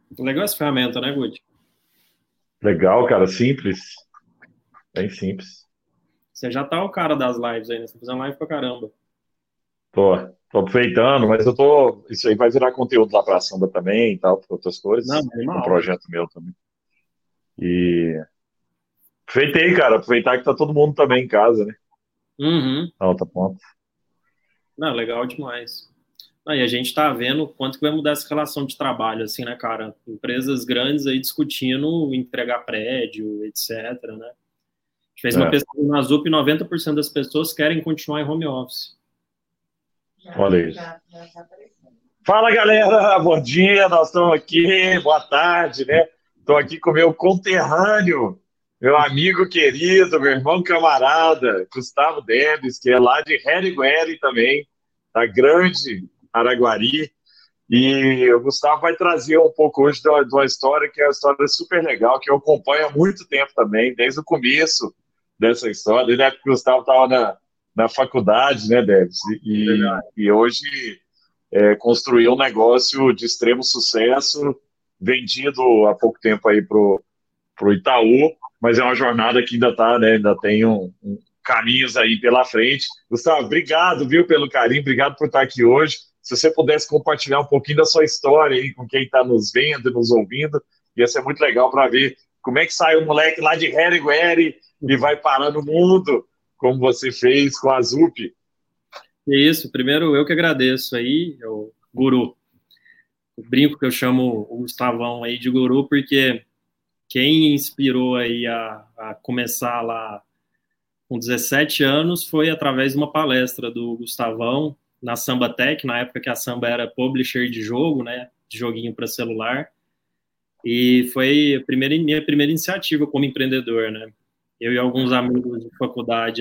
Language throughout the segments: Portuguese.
Legal essa ferramenta, né, Guti? Legal, cara, simples, bem simples. Você já tá o cara das lives aí, né? Você tá fazendo live pra caramba. Tô aproveitando, mas isso aí vai virar conteúdo lá pra samba também e tal, para outras Não, coisas. Um animal. projeto meu também. E aproveitei, cara, aproveitar que tá todo mundo também em casa, né? Uhum. Na outra ponta. Não, legal demais. Ah, e a gente tá vendo o quanto que vai mudar essa relação de trabalho, assim, né, cara? Empresas grandes aí discutindo entregar prédio, etc, né? A gente fez uma É, pesquisa na ZUP e 90% das pessoas querem continuar em home office. olha isso. Fala, galera, bom dia, nós estamos aqui, boa tarde, né? Estou aqui com meu conterrâneo, meu amigo querido, meu irmão camarada, Gustavo Debes, que é lá de Herigueri também, da grande Araguari. E o Gustavo vai trazer um pouco hoje de uma história que é uma história super legal, que eu acompanho há muito tempo também, desde o começo dessa história, desde a época que o Gustavo estava na faculdade, né, Debs? E hoje construiu um negócio de extremo sucesso, vendido há pouco tempo aí pro Itaú, mas é uma jornada que ainda tá, né, ainda tem caminhos aí pela frente. Gustavo, obrigado, viu, pelo carinho, obrigado por estar aqui hoje. Se você pudesse compartilhar um pouquinho da sua história aí com quem está nos vendo e nos ouvindo, ia ser muito legal para ver como é que sai um moleque lá de Herigueri e vai parar no mundo, como você fez com a ZUP. E isso, primeiro eu que agradeço aí, o guru. Eu brinco que eu chamo o Gustavão aí de guru, porque quem inspirou aí a começar lá com 17 anos foi através de uma palestra do Gustavão na Samba Tech, na época que a Samba era publisher de jogo, né, de joguinho para celular, e foi minha primeira iniciativa como empreendedor, né? Eu e alguns amigos de faculdade,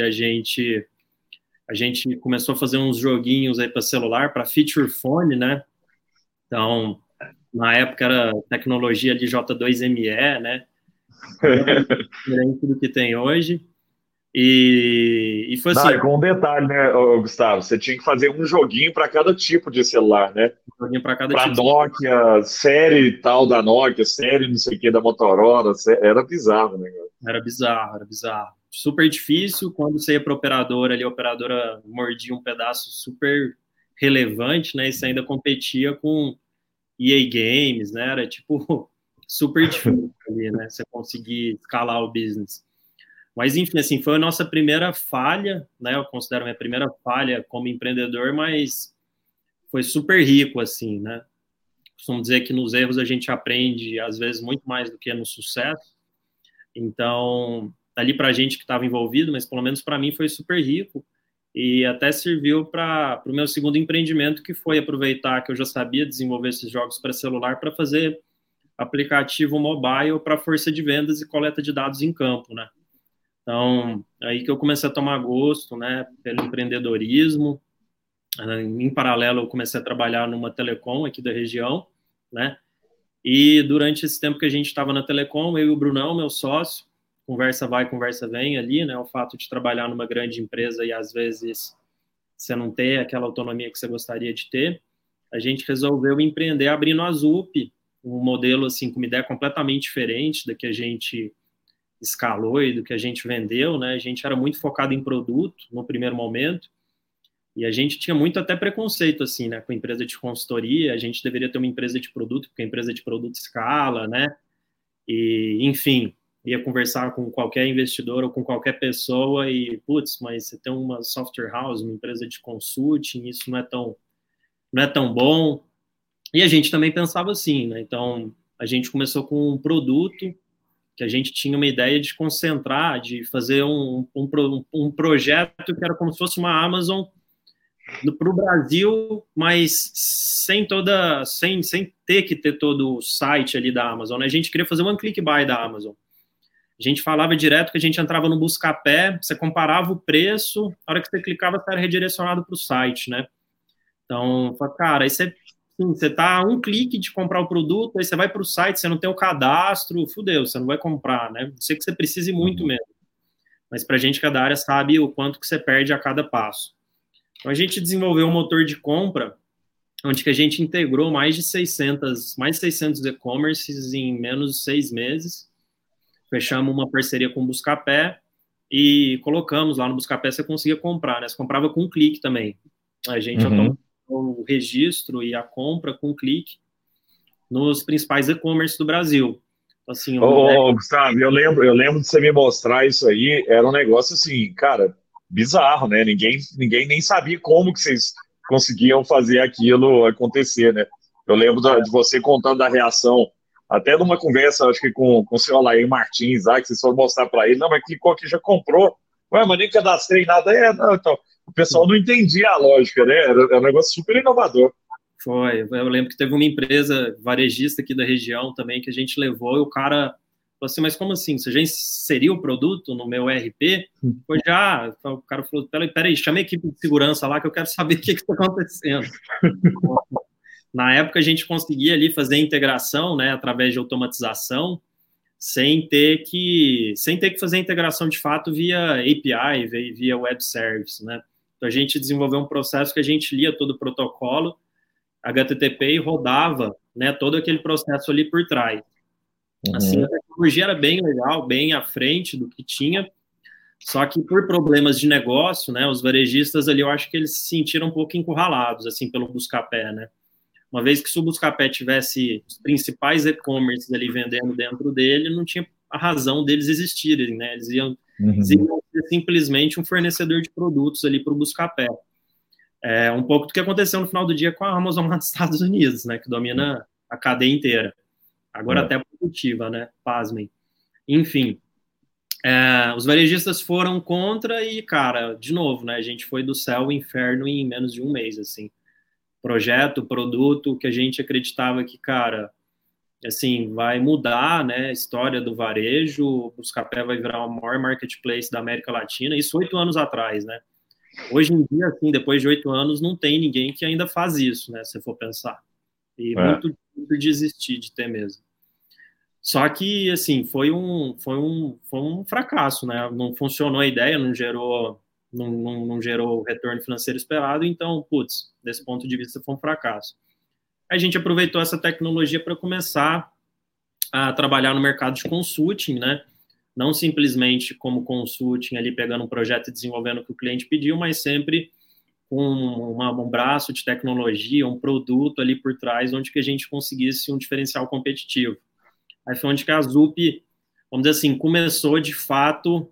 a gente começou a fazer uns joguinhos aí para celular, para feature phone, né? Então, na época era tecnologia de J2ME, né? Completamente diferente do que tem hoje. E foi Não, assim, e com um detalhe, né, ô, Gustavo? Você tinha que fazer um joguinho para cada tipo de celular, né? um joguinho para cada Para tipo. Nokia, série tal da Nokia, série não sei o que da Motorola, era bizarro, né? Era bizarro, era bizarro. Super difícil. Quando você ia para operadora ali, a operadora mordia um pedaço super relevante, né? E você ainda competia com EA Games, né? Era tipo super difícil ali, né? Você conseguir escalar o business. Mas enfim, assim, foi a nossa primeira falha, né? Eu considero a minha primeira falha como empreendedor, mas foi super rico, assim, né? Costumo dizer que nos erros a gente aprende, às vezes, muito mais do que no sucesso. Então, ali para a gente que estava envolvido, mas pelo menos para mim foi super rico e até serviu para o meu segundo empreendimento, que foi aproveitar que eu já sabia desenvolver esses jogos para celular para fazer aplicativo mobile para força de vendas e coleta de dados em campo, né? Então, aí que eu comecei a tomar gosto, né, pelo empreendedorismo. Em paralelo, eu comecei a trabalhar numa telecom aqui da região, né? E durante esse tempo que a gente estava na telecom, eu e o Brunão, meu sócio, conversa vai, conversa vem ali, né? O fato de trabalhar numa grande empresa e às vezes você não ter aquela autonomia que você gostaria de ter, a gente resolveu empreender abrindo a ZUP, um modelo assim com uma ideia completamente diferente da que a gente escalou e do que a gente vendeu, né? A gente era muito focado em produto no primeiro momento e a gente tinha muito até preconceito assim, né, com a empresa de consultoria, a gente deveria ter uma empresa de produto, porque a empresa de produto escala, né? E, enfim, ia conversar com qualquer investidor ou com qualquer pessoa e, putz, mas você tem uma software house, uma empresa de consulting, isso não é tão bom. E a gente também pensava assim, né? Então, a gente começou com um produto que a gente tinha uma ideia de concentrar, de fazer um projeto que era como se fosse uma Amazon para o Brasil, mas sem ter que ter todo o site ali da Amazon, né? A gente queria fazer um click buy da Amazon. A gente falava direto que a gente entrava no Buscapé, você comparava o preço, a hora que você clicava, você era redirecionado para o site, né? Então, cara, aí você tá a um clique de comprar o produto, aí você vai para o site, você não tem o cadastro, fudeu, você não vai comprar, né? Sei que você precise muito Uhum. mesmo, mas para a gente que é da área sabe o quanto que você perde a cada passo. Então, a gente desenvolveu um motor de compra onde que a gente integrou mais de 600 e-commerces em menos de 6 meses. Fechamos uma parceria com o Buscapé e colocamos lá no Buscapé, você conseguia comprar, né? Você comprava com um clique também. A gente automatizou o registro e a compra com um clique nos principais e-commerce do Brasil. Assim, Gustavo, eu lembro de você me mostrar isso aí, era um negócio assim, cara, bizarro, né? Ninguém nem sabia como que vocês conseguiam fazer aquilo acontecer, né? Eu lembro de você contando da reação, até numa conversa, acho que com o senhor Alair Martins, lá, que vocês foram mostrar para ele, não, mas clicou aqui, já comprou. Ué, mas nem cadastrei nada. Não, então, o pessoal não entendia a lógica, né? Era um negócio super inovador. Foi, eu lembro que teve uma empresa varejista aqui da região também que a gente levou e o cara falou assim, mas como assim? Você já inseriu o produto no meu ERP? Foi já. O cara falou, peraí, chama a equipe de segurança lá que eu quero saber o que está acontecendo. Na época a gente conseguia ali fazer a integração, né, através de automatização, sem ter que fazer a integração de fato via API, via web service, né? Então a gente desenvolveu um processo que a gente lia todo o protocolo HTTP e rodava, né, todo aquele processo ali por trás. Assim, a tecnologia era bem legal, bem à frente do que tinha, só que por problemas de negócio, né, os varejistas ali, eu acho que eles se sentiram um pouco encurralados, assim, pelo Buscapé, né? Uma vez que se o Buscapé tivesse os principais e-commerce ali vendendo dentro dele, não tinha a razão deles existirem, né? Eles iam ser simplesmente um fornecedor de produtos ali para o Buscapé. É um pouco do que aconteceu no final do dia com a Amazon lá dos Estados Unidos, né, que domina a cadeia inteira. Agora até produtiva, né, pasmem. Enfim, os varejistas foram contra e, cara, de novo, né, a gente foi do céu ao inferno em menos de um mês, assim. Projeto, produto, que a gente acreditava que, cara, assim, vai mudar, né, a história do varejo, o Buscapé vai virar o maior marketplace da América Latina, isso 8 anos atrás, né. Hoje em dia, assim, depois de 8 anos, não tem ninguém que ainda faz isso, né, se for pensar. E muito desistir de ter mesmo. Só que, assim, foi um fracasso, né? Não funcionou a ideia, não gerou o retorno financeiro esperado, então, putz, desse ponto de vista foi um fracasso. A gente aproveitou essa tecnologia para começar a trabalhar no mercado de consulting, né? Não simplesmente como consulting ali pegando um projeto e desenvolvendo o que o cliente pediu, mas sempre com um braço de tecnologia, um produto ali por trás, onde que a gente conseguisse um diferencial competitivo. Aí foi onde que a Zup, vamos dizer assim, começou de fato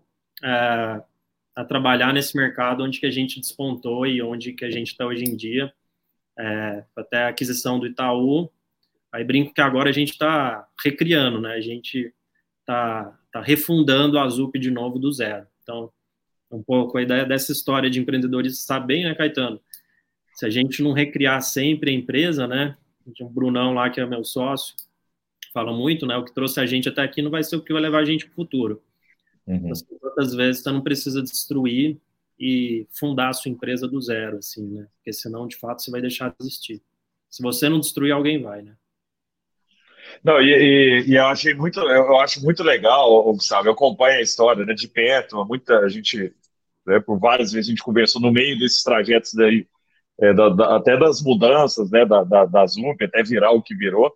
a trabalhar nesse mercado onde que a gente despontou e onde que a gente está hoje em dia, até a aquisição do Itaú. Aí brinco que agora a gente está recriando, né? A gente está refundando a Zup de novo do zero. Então, um pouco a ideia dessa história de empreendedores está bem, né, Caetano? Se a gente não recriar sempre a empresa, né? O Brunão lá, que é meu sócio, fala muito, né? O que trouxe a gente até aqui não vai ser o que vai levar a gente para o futuro. Quantas vezes você não precisa destruir e fundar a sua empresa do zero, assim, né? Porque senão, de fato, você vai deixar de existir. Se você não destruir, alguém vai, né? Não, eu acho muito legal, Gustavo, eu acompanho a história, né, de perto, a gente, né, por várias vezes a gente conversou no meio desses trajetos daí, até das mudanças, né, da Zup, até virar o que virou,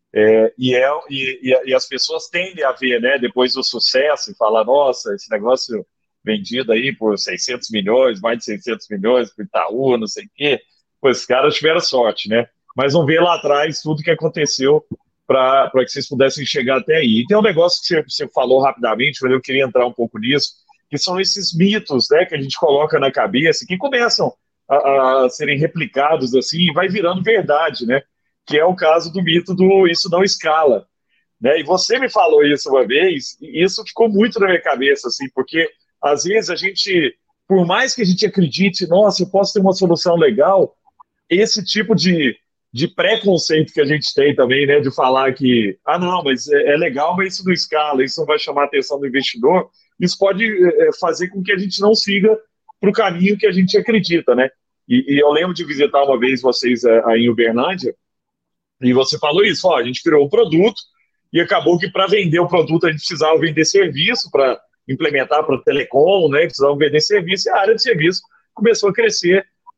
e as pessoas tendem a ver, né, depois do sucesso, e falar, nossa, esse negócio vendido aí por 600 milhões, mais de 600 milhões, por Itaú, não sei o quê, pois os caras tiveram sorte, né, mas não vê lá atrás tudo que aconteceu para que vocês pudessem chegar até aí. E tem um negócio que você falou rapidamente, mas eu queria entrar um pouco nisso, que são esses mitos, né, que a gente coloca na cabeça, que começam a serem replicados assim, e vai virando verdade, né? Que é o caso do mito do isso não escala, né? E você me falou isso uma vez, e isso ficou muito na minha cabeça, assim, porque às vezes a gente, por mais que a gente acredite, nossa, eu posso ter uma solução legal, esse tipo de preconceito que a gente tem também, né, de falar que, não, mas é legal, mas isso não escala, isso não vai chamar a atenção do investidor, isso pode fazer com que a gente não siga para o caminho que a gente acredita, né? E eu lembro de visitar uma vez vocês aí em Uberlândia, e você falou isso, a gente criou um produto e acabou que para vender o produto a gente precisava vender serviço, para implementar para telecom, né, precisava vender serviço, e a área de serviço começou a crescer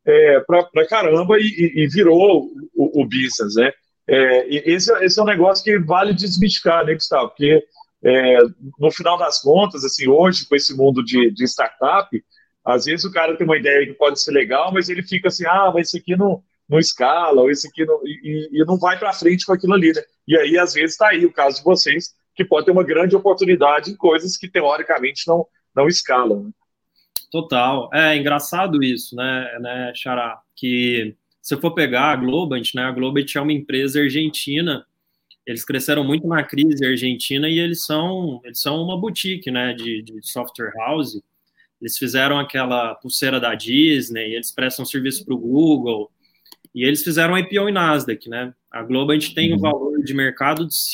para caramba e virou o business, né? Esse é um negócio que vale desmistificar, né, Gustavo? Porque no final das contas, assim, hoje, com esse mundo de startup, às vezes o cara tem uma ideia que pode ser legal, mas ele fica assim, mas isso aqui não escala, ou isso aqui não, e não vai para frente com aquilo ali, né? E aí, às vezes, está aí o caso de vocês, que pode ter uma grande oportunidade em coisas que, teoricamente, não escalam, né? Total. É engraçado isso, né, Xará? Que se eu for pegar a Globant, né? A Globant é uma empresa argentina. Eles cresceram muito na crise argentina e eles são uma boutique, né? De software house. Eles fizeram aquela pulseira da Disney, eles prestam serviço para o Google e eles fizeram um IPO em Nasdaq, né? A Globant tem um valor de mercado de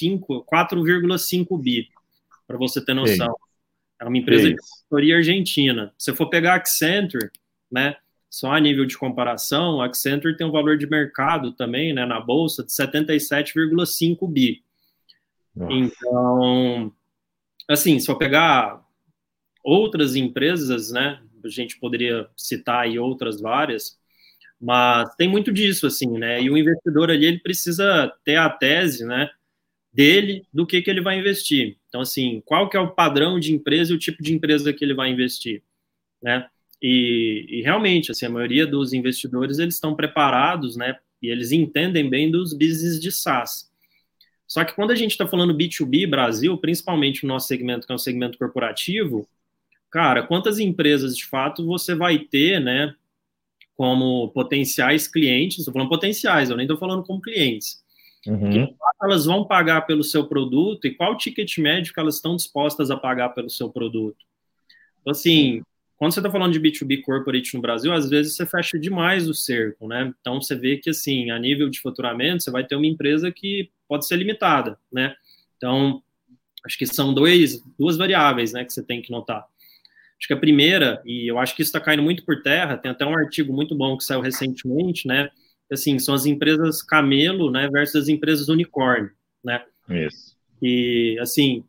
4,5 bi, para você ter noção. É uma empresa de consultoria argentina. Se for pegar a Accenture, né, só a nível de comparação, a Accenture tem um valor de mercado também, né, na bolsa de 77,5 bi. Nossa. Então, assim, se for pegar outras empresas, né, a gente poderia citar aí outras várias, mas tem muito disso, assim, né, e o investidor ali, ele precisa ter a tese, né, dele, do que ele vai investir. Então, assim, qual que é o padrão de empresa e o tipo de empresa que ele vai investir, né? E realmente, assim, a maioria dos investidores, eles estão preparados, né? E eles entendem bem dos business de SaaS. Só que quando a gente está falando B2B, Brasil, principalmente no nosso segmento, que é um segmento corporativo, cara, quantas empresas, de fato, você vai ter, né? Como potenciais clientes, estou falando potenciais, eu nem estou falando como clientes. Que elas vão pagar pelo seu produto e qual ticket médio que elas estão dispostas a pagar pelo seu produto. Então, assim, quando você está falando de B2B corporate no Brasil, às vezes você fecha demais o cerco, né? Então, você vê que, assim, a nível de faturamento, você vai ter uma empresa que pode ser limitada, né? Então, acho que são duas variáveis, né, que você tem que notar. Acho que a primeira, e eu acho que isso está caindo muito por terra, tem até um artigo muito bom que saiu recentemente, né? Assim, são as empresas camelo, né, versus as empresas unicórnio, né? Isso. E, assim,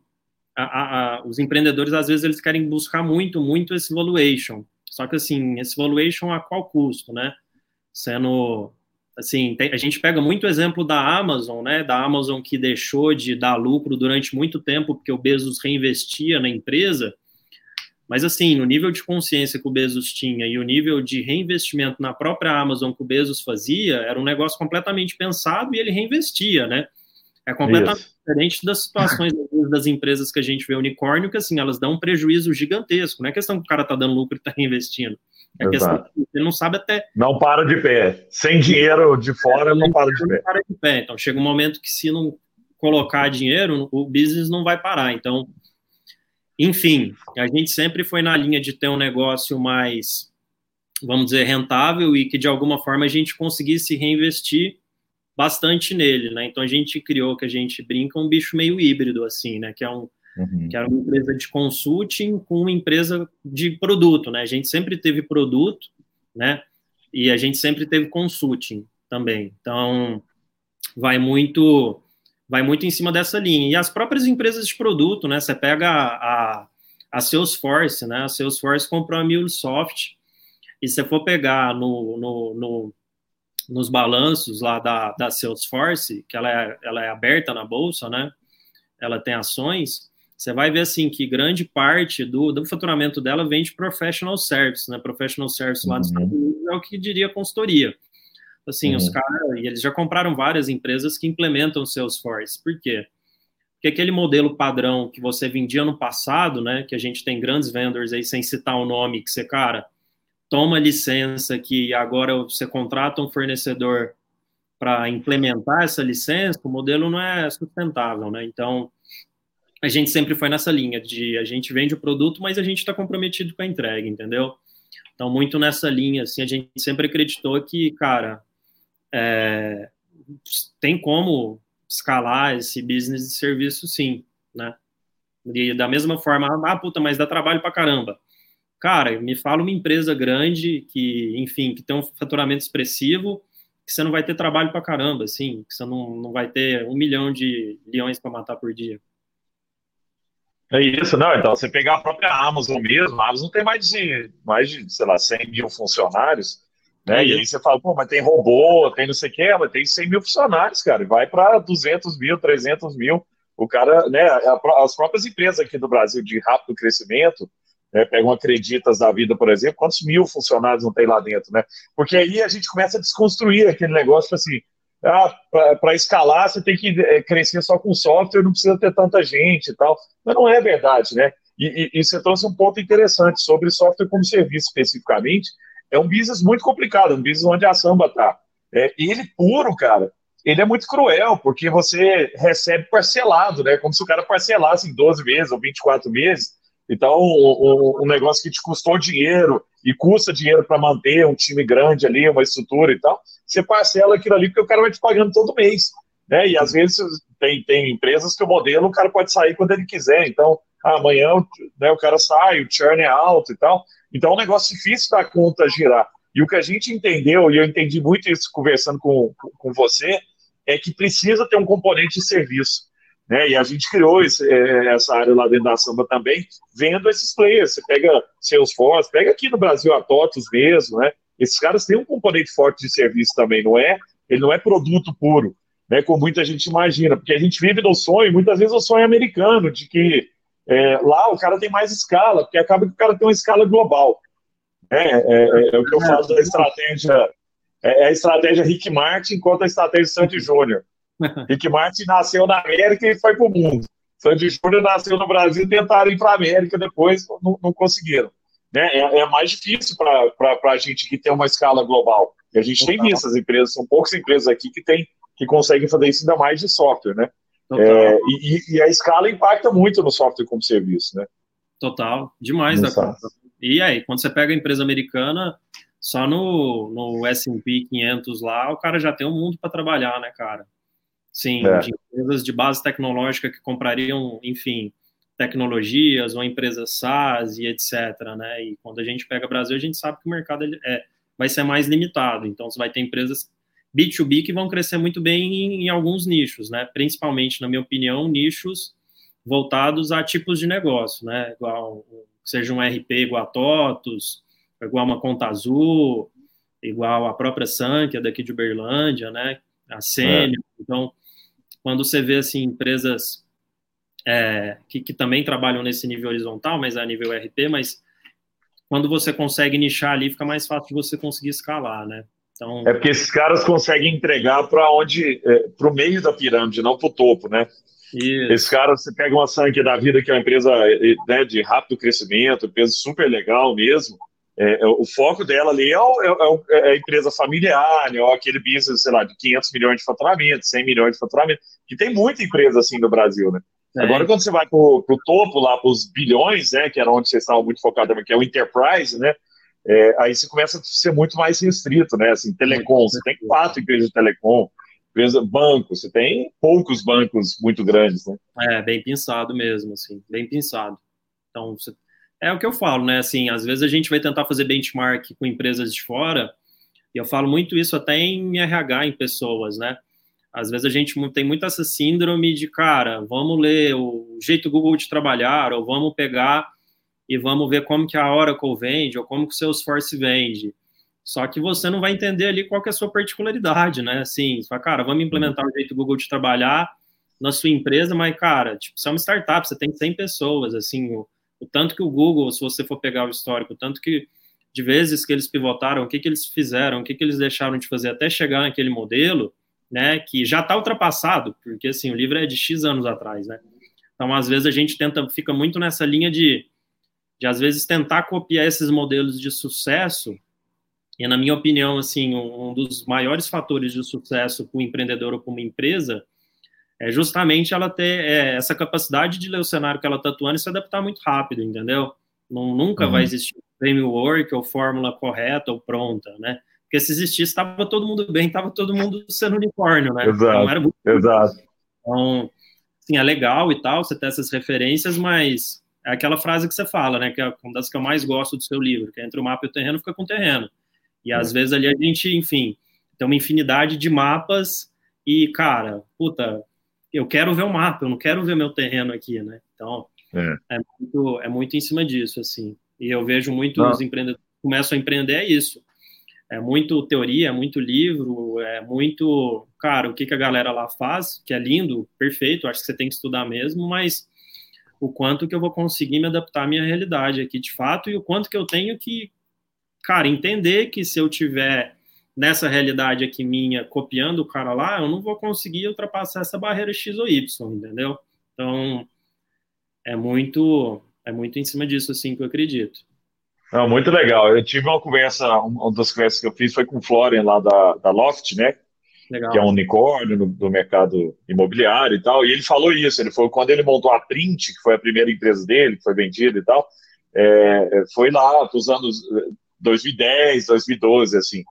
os empreendedores, às vezes, eles querem buscar muito esse valuation. Só que, assim, esse valuation a qual custo, né? Sendo, assim, a gente pega muito exemplo da Amazon, né? Da Amazon que deixou de dar lucro durante muito tempo porque o Bezos reinvestia na empresa. Mas, assim, no nível de consciência que o Bezos tinha e o nível de reinvestimento na própria Amazon que o Bezos fazia, era um negócio completamente pensado e ele reinvestia, né? É completamente diferente das situações das empresas que a gente vê unicórnio, que, assim, elas dão um prejuízo gigantesco. Não é questão que o cara tá dando lucro e tá reinvestindo. É questão que ele não sabe até... Não para de pé. Sem dinheiro de fora, não para de pé. Não para de pé. Então, chega um momento que, se não colocar dinheiro, o business não vai parar. Então... Enfim, a gente sempre foi na linha de ter um negócio mais, vamos dizer, rentável e que, de alguma forma, a gente conseguisse reinvestir bastante nele, né? Então, a gente criou, que a gente brinca, um bicho meio híbrido, assim, né? Que era uma empresa de consulting com uma empresa de produto, né? A gente sempre teve produto, né? E a gente sempre teve consulting também. Então, vai muito em cima dessa linha. E as próprias empresas de produto, né? Você pega a Salesforce, né? A Salesforce comprou a MuleSoft, e se você for pegar nos balanços lá da Salesforce, que ela é aberta na bolsa, né? Ela tem ações, você vai ver, assim, que grande parte do faturamento dela vem de professional service, né? Professional service lá nos Estados Unidos é o que diria consultoria. Assim, os caras, e eles já compraram várias empresas que implementam Salesforce. Por quê? Porque aquele modelo padrão que você vendia no passado, né, que a gente tem grandes vendors aí, sem citar o nome, que você, cara, toma licença, que agora você contrata um fornecedor para implementar essa licença, o modelo não é sustentável, né? Então, a gente sempre foi nessa linha de a gente vende o produto, mas a gente está comprometido com a entrega, entendeu? Então, muito nessa linha, assim, a gente sempre acreditou que, cara, tem como escalar esse business de serviço, sim, né? E da mesma forma, puta, mas dá trabalho pra caramba. Cara, me fala uma empresa grande que, enfim, que tem um faturamento expressivo, que você não vai ter trabalho pra caramba, assim, que você não vai ter 1 milhão de leões para matar por dia. É isso, não. Então, você pegar a própria Amazon mesmo, a Amazon tem mais de, sei lá, 100 mil funcionários. né? E aí você fala, pô, mas tem robô, tem não sei o quê, mas tem 100 mil funcionários, cara, e vai para 200 mil, 300 mil. O cara, né, as próprias empresas aqui do Brasil de rápido crescimento, né, pegam Acreditas da vida, por exemplo, quantos mil funcionários não tem lá dentro, né? Porque aí a gente começa a desconstruir aquele negócio assim, para escalar você tem que crescer só com software, não precisa ter tanta gente e tal. Mas não é verdade, né? E você trouxe um ponto interessante sobre software como serviço especificamente. É um business muito complicado, um business onde a samba tá. Ele puro, cara, ele é muito cruel, porque você recebe parcelado, né? Como se o cara parcelasse em 12 meses ou 24 meses. Então, um negócio que te custou dinheiro e custa dinheiro para manter um time grande ali, uma estrutura e tal, você parcela aquilo ali porque o cara vai te pagando todo mês. Né? E às vezes tem empresas que o modelo o cara pode sair quando ele quiser. Então, amanhã né, o cara sai, o churn é alto e tal. Então é um negócio difícil da conta girar. E o que a gente entendeu, e eu entendi muito isso conversando com você, é que precisa ter um componente de serviço. Né? E a gente criou essa área lá dentro da Samba também, vendo esses players. Você pega Salesforce, pega aqui no Brasil a TOTUS mesmo, né? Esses caras têm um componente forte de serviço também, não é? Ele não é produto puro, né? Como muita gente imagina, porque a gente vive no sonho, muitas vezes o sonho americano, de que lá o cara tem mais escala, porque acaba que o cara tem uma escala global. É o que eu falo da estratégia, a estratégia Rick Martin contra a estratégia Sandy Júnior. Rick Martin nasceu na América e foi para o mundo. Sandy Júnior nasceu no Brasil e tentaram ir para a América depois, não conseguiram. Né? É mais difícil para a gente que tem uma escala global. E a gente tem visto essas empresas, são poucas empresas aqui que conseguem fazer isso ainda mais de software, né? E a escala impacta muito no software como serviço, né? Total, demais da conta. E aí, quando você pega a empresa americana, só no S&P 500 lá, o cara já tem um mundo para trabalhar, né, cara? Sim, de empresas de base tecnológica que comprariam, enfim, tecnologias, uma empresa SaaS e etc, né? E quando a gente pega Brasil, a gente sabe que o mercado vai ser mais limitado. Então, você vai ter empresas B2B que vão crescer muito bem em alguns nichos, né? Principalmente, na minha opinião, nichos voltados a tipos de negócio, né? Igual, seja um RP igual a TOTUS, igual uma Conta Azul, igual a própria Sankia daqui de Uberlândia, né? A Sênior. Então, quando você vê assim empresas que também trabalham nesse nível horizontal, mas a nível RP, mas quando você consegue nichar ali, fica mais fácil de você conseguir escalar, né? Então, porque esses caras conseguem entregar para o meio da pirâmide, não para o topo, né? Isso. Esses caras, você pega uma Sankia da vida, que é uma empresa né, de rápido crescimento, empresa super legal mesmo. O foco dela ali é a empresa familiar, né, aquele business, sei lá, de 500 milhões de faturamento, 100 milhões de faturamento, que tem muita empresa assim no Brasil, né? Agora, quando você vai para o topo, lá para os bilhões, né, que era onde vocês estavam muito focados, que é o enterprise, né? Aí você começa a ser muito mais restrito, né? Assim, telecom, você tem 4 empresas de telecom, banco, você tem poucos bancos muito grandes, né? Bem pensado mesmo, assim, bem pensado. Então, é o que eu falo, né? Assim, às vezes a gente vai tentar fazer benchmark com empresas de fora, e eu falo muito isso até em RH, em pessoas, né? Às vezes a gente tem muito essa síndrome de, cara, vamos ler o jeito Google de trabalhar, ou vamos pegar e vamos ver como que a Oracle vende, ou como que o Salesforce vende. Só que você não vai entender ali qual que é a sua particularidade, né? Assim, você fala, cara, vamos implementar o jeito Google de trabalhar na sua empresa, mas, cara, tipo, você é uma startup, você tem 100 pessoas, assim, o tanto que o Google, se você for pegar o histórico, o tanto que de vezes que eles pivotaram, o que eles fizeram, o que eles deixaram de fazer até chegar naquele modelo, né, que já está ultrapassado, porque, assim, o livro é de X anos atrás, né? Então, às vezes, a gente fica muito nessa linha de às vezes, tentar copiar esses modelos de sucesso, e, na minha opinião, assim, um dos maiores fatores de sucesso para o empreendedor ou para uma empresa é justamente ela ter essa capacidade de ler o cenário que ela está atuando e se adaptar muito rápido, entendeu? Nunca vai existir framework ou fórmula correta ou pronta, né? Porque se existisse, estava todo mundo bem, estava todo mundo sendo unicórnio, né? Exato, então, era muito exato. Então, assim, é legal e tal, você ter essas referências, mas é aquela frase que você fala, né? Que é uma das que eu mais gosto do seu livro, que é entre o mapa e o terreno, fica com o terreno. E às vezes ali a gente, enfim, tem uma infinidade de mapas e, cara, puta, eu quero ver o mapa, eu não quero ver meu terreno aqui, né? Então, é muito em cima disso, assim. E eu vejo muitos empreendedores que começam a empreender, é isso. É muito teoria, é muito livro, é muito, cara, o que que a galera lá faz, que é lindo, perfeito, acho que você tem que estudar mesmo, mas o quanto que eu vou conseguir me adaptar à minha realidade aqui de fato e o quanto que eu tenho que, cara, entender que se eu tiver nessa realidade aqui minha copiando o cara lá, eu não vou conseguir ultrapassar essa barreira X ou Y, entendeu? Então, é muito em cima disso assim que eu acredito. Não, muito legal. Eu tive uma conversa, uma das conversas que eu fiz foi com o Florian lá da Loft, né? Que é um Legal. unicórnio do mercado imobiliário e tal. E ele falou isso. Ele falou que quando ele montou a Print, que foi a primeira empresa dele, que foi vendida e tal, foi lá para os anos 2010, 2012, assim.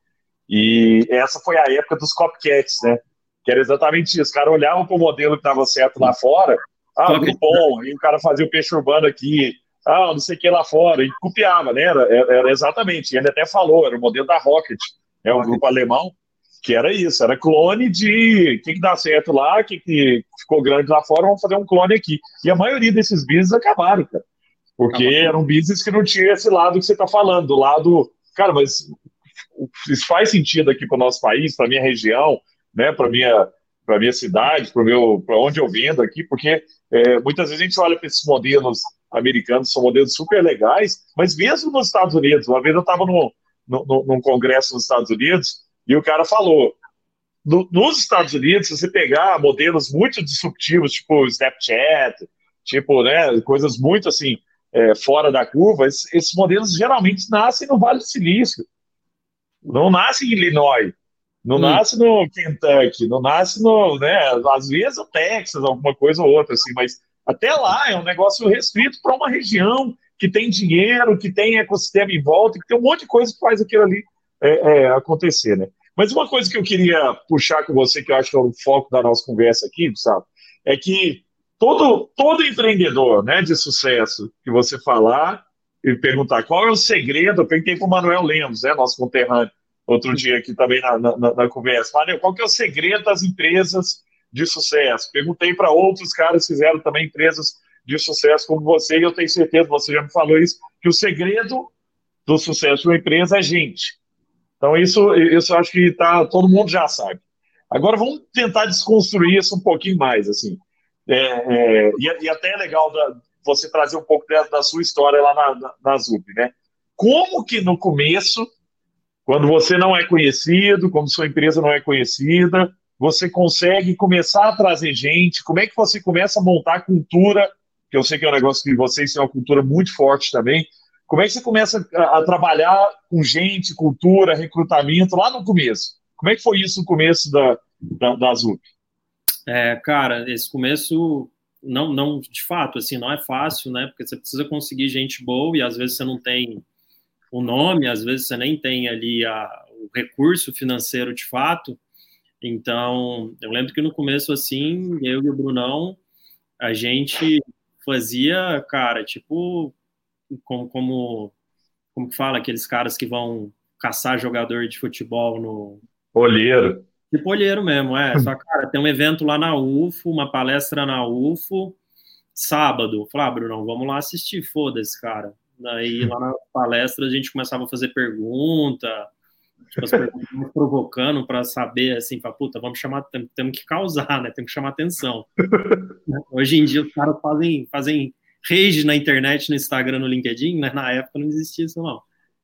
E essa foi a época dos copycats, né? Que era exatamente isso. Os caras olhavam para o modelo que estava certo lá fora, o Toca de... Groupon, e o cara fazia o peixe urbano aqui, não sei o que lá fora, e copiava, né? Era exatamente. Ele até falou, era o modelo da Rocket, né? O toca grupo alemão, que era isso, era clone de o que dá certo lá, o que ficou grande lá fora, vamos fazer um clone aqui. E a maioria desses business acabaram, cara. Porque era um business que não tinha esse lado que você está falando, do lado. Cara, mas isso faz sentido aqui para o nosso país, para a minha região, né, para minha cidade, para onde eu vendo aqui, porque muitas vezes a gente olha para esses modelos americanos, são modelos super legais, mas mesmo nos Estados Unidos, uma vez eu estava num congresso nos Estados Unidos e o cara falou, nos Estados Unidos, se você pegar modelos muito disruptivos, tipo Snapchat, tipo, né, coisas muito assim, fora da curva, esses modelos geralmente nascem no Vale do Silício, não nasce em Illinois, não Hum, nasce no Kentucky, não nasce no, né, às vezes no Texas, alguma coisa ou outra, assim, mas até lá é um negócio restrito para uma região que tem dinheiro, que tem ecossistema em volta, que tem um monte de coisa que faz aquilo ali acontecer, né? Mas uma coisa que eu queria puxar com você, que eu acho que é o foco da nossa conversa aqui, Gustavo, é que todo empreendedor, né, de sucesso que você falar e perguntar qual é o segredo, eu perguntei para o Manuel Lemos, né, nosso conterrâneo, outro dia aqui também na conversa. Manuel, qual que é o segredo das empresas de sucesso? Perguntei para outros caras que fizeram também empresas de sucesso como você, e eu tenho certeza, você já me falou isso, que o segredo do sucesso de uma empresa é gente. Então, isso eu acho que todo mundo já sabe. Agora, vamos tentar desconstruir isso um pouquinho mais, assim. E até é legal você trazer um pouco da sua história lá na ZUP, né? Como que no começo, quando você não é conhecido, como sua empresa não é conhecida, você consegue começar a trazer gente? Como é que você começa a montar a cultura? Que eu sei que é um negócio que vocês têm uma cultura muito forte também. Como é que você começa a trabalhar com gente, cultura, recrutamento lá no começo? Como é que foi isso no começo da ZUP? cara, esse começo não, de fato, assim, não é fácil, né? Porque você precisa conseguir gente boa e às vezes você não tem o nome, às vezes você nem tem ali o recurso financeiro de fato. Então, eu lembro que no começo, assim, eu e o Brunão, a gente fazia, cara, tipo, como que fala, aqueles caras que vão caçar jogador de futebol no. Olheiro. Tipo olheiro mesmo, Só, cara, tem um evento lá na UFO, uma palestra na UFO, sábado. Falar, Brunão, vamos lá assistir, foda-se, cara. Daí lá na palestra a gente começava a fazer pergunta, tipo, as perguntas provocando para saber, assim, pra, puta, vamos chamar, temos que causar, né? Temos que chamar atenção. Hoje em dia os caras fazem rage na internet, no Instagram, no LinkedIn, né? Na época não existia isso, não.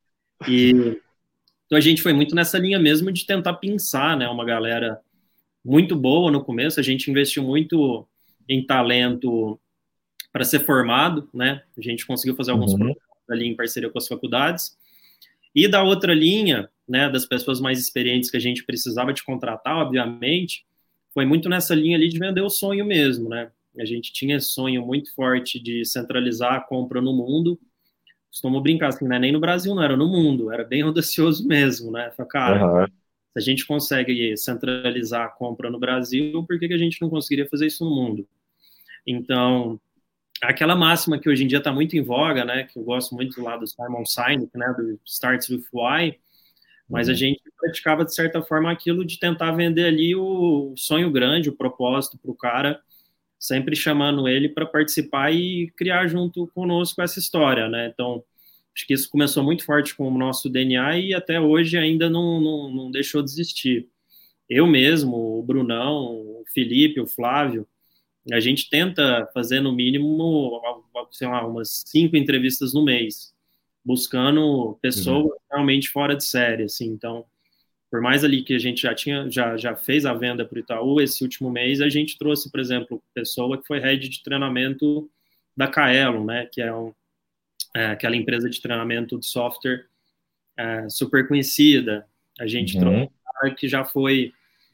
E então a gente foi muito nessa linha mesmo de tentar pensar, né? Uma galera muito boa no começo, a gente investiu muito em talento para ser formado, né? A gente conseguiu fazer alguns Uhum. projetos ali em parceria com as faculdades. E da outra linha, né, das pessoas mais experientes que a gente precisava de contratar, obviamente, foi muito nessa linha ali de vender o sonho mesmo, né? A gente tinha esse sonho muito forte de centralizar a compra no mundo. Costumo brincar assim, né? Nem no Brasil não era no mundo, era bem audacioso mesmo, né? Falei, cara, Uhum. se a gente consegue centralizar a compra no Brasil, por que a gente não conseguiria fazer isso no mundo? Então, aquela máxima que hoje em dia está muito em voga, né? Que eu gosto muito lá do Simon Sinek, né? Do Starts with Why, mas a Uhum. gente praticava de certa forma aquilo de tentar vender ali o sonho grande, o propósito para o cara, sempre chamando ele para participar e criar junto conosco essa história, né? Então, Acho que isso começou muito forte com o nosso DNA e até hoje ainda não deixou de existir. Eu mesmo, o Brunão, o Felipe, o Flávio, a gente tenta fazer no mínimo, sei lá, umas 5 entrevistas no mês, buscando pessoas realmente fora de série, assim. Então, por mais ali que a gente já fez a venda para o Itaú, esse último mês a gente trouxe, por exemplo, pessoa que foi head de treinamento da Kaelon, né, que é aquela empresa de treinamento de software super conhecida. A gente trouxe um cara que já foi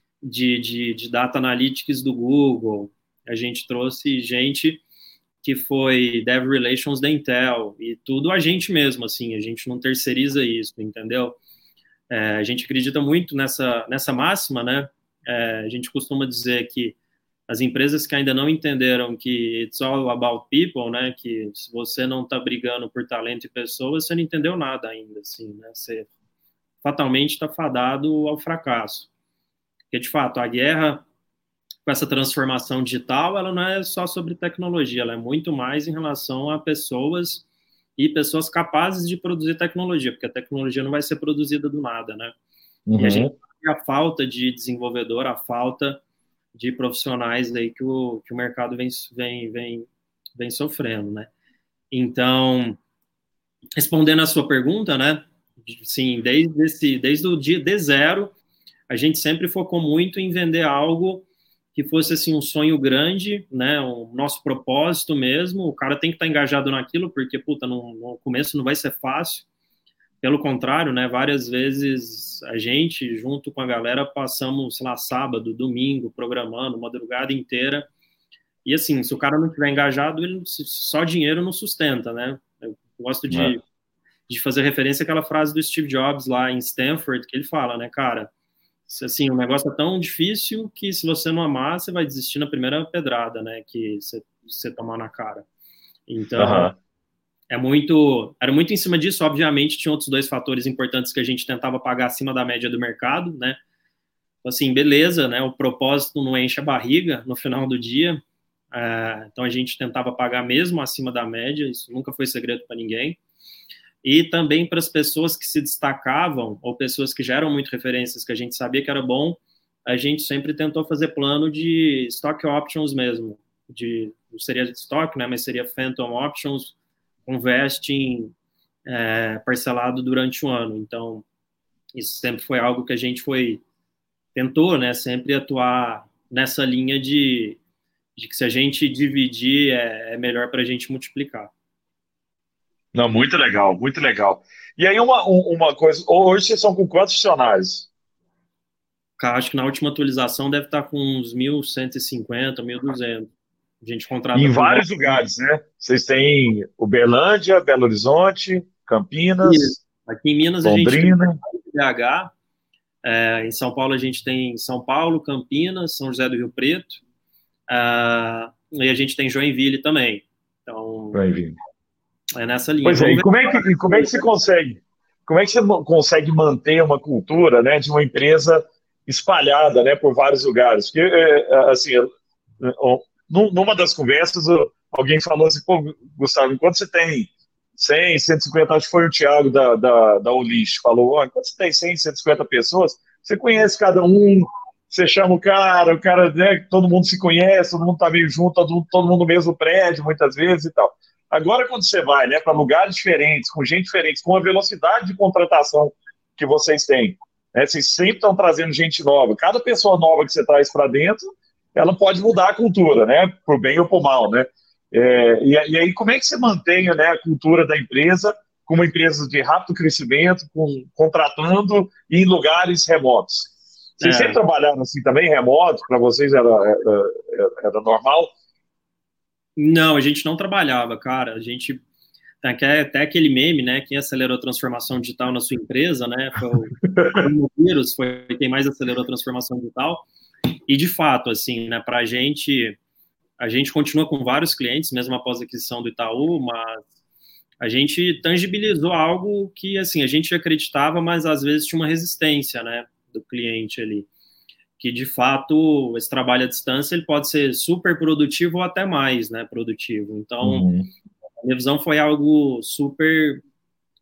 de Data Analytics do Google. A gente trouxe gente que foi Dev Relations da Intel, e tudo a gente mesmo, assim, a gente não terceiriza isso, entendeu? A gente acredita muito nessa máxima, né? A gente costuma dizer que as empresas que ainda não entenderam que it's all about people, né? Que se você não está brigando por talento e pessoas, você não entendeu nada ainda, assim, né? Você fatalmente está fadado ao fracasso. Porque, de fato, a guerra com essa transformação digital, ela não é só sobre tecnologia, ela é muito mais em relação a pessoas e pessoas capazes de produzir tecnologia, porque a tecnologia não vai ser produzida do nada, né? E a gente tem a falta de desenvolvedor, a falta de profissionais aí que o mercado vem sofrendo, né? Então, respondendo a sua pergunta, né? Sim, desde o dia de zero, a gente sempre focou muito em vender algo que fosse assim um sonho grande, né? O nosso propósito mesmo. O cara tem que estar engajado naquilo, porque puta, no começo não vai ser fácil. Pelo contrário, né? Várias vezes a gente, junto com a galera, passamos, sei lá, sábado, domingo, programando, madrugada inteira. E assim, se o cara não estiver engajado, só dinheiro não sustenta, né? Eu gosto de fazer referência àquela frase do Steve Jobs lá em Stanford, que ele fala, né, cara? Assim, o negócio é tão difícil que se você não amar, você vai desistir na primeira pedrada, né, que você tomar na cara. Então, era muito em cima disso. Obviamente, tinha outros 2 fatores importantes que a gente tentava pagar acima da média do mercado, né? Assim, beleza, né? O propósito não enche a barriga no final do dia. Então, a gente tentava pagar mesmo acima da média. Isso nunca foi segredo para ninguém. E também para as pessoas que se destacavam, ou pessoas que já eram muito referências, que a gente sabia que era bom, a gente sempre tentou fazer plano de stock options mesmo, não seria de stock, né, mas seria phantom options, com vesting parcelado durante um ano. Então, isso sempre foi algo que a gente tentou, né, sempre atuar nessa linha de que se a gente dividir, é melhor para a gente multiplicar. Não, muito legal, muito legal. E aí, uma coisa, hoje vocês são com quantos funcionários? Cara, acho que na última atualização deve estar com uns 1.150, 1.200. A gente contrata Em por volta. vários lugares, né? Vocês têm Uberlândia, Belo Horizonte, Campinas, Aqui em Minas a gente tem Londrina. BH, em São Paulo a gente tem São Paulo, Campinas, São José do Rio Preto, e a gente tem Joinville também. Então, Bem-vindo. é nessa linha. Pois é, Vamos e ver. como é que você consegue? Como é que você consegue manter uma cultura, né, de uma empresa espalhada, né, por vários lugares? Porque, assim, numa das conversas, alguém falou assim, pô, Gustavo, enquanto você tem 100, 150, acho que foi o Thiago da Ulis, falou, ó, enquanto você tem 100, 150 pessoas, você conhece cada um, você chama o cara, né, todo mundo se conhece, todo mundo tá meio junto, todo mundo no mesmo prédio, muitas vezes e tal. Agora, quando você vai, né, para lugares diferentes, com gente diferente, com a velocidade de contratação que vocês têm, né, vocês sempre estão trazendo gente nova. Cada pessoa nova que você traz para dentro, ela pode mudar a cultura, né, por bem ou por mal, né? E aí, como é que você mantém, né, a cultura da empresa com uma empresa de rápido crescimento, contratando em lugares remotos? Vocês sempre trabalharam assim também, remoto? Para vocês era normal? Não, a gente não trabalhava, cara. A gente até aquele meme, né? Quem acelerou a transformação digital na sua empresa, né? Foi o vírus, foi quem mais acelerou a transformação digital. E de fato, assim, né? Para a gente continua com vários clientes, mesmo após a aquisição do Itaú, mas a gente tangibilizou algo que, assim, a gente acreditava, mas às vezes tinha uma resistência, né? Do cliente ali. Que de fato esse trabalho à distância ele pode ser super produtivo ou até mais, né, produtivo. Então, a minha visão foi algo super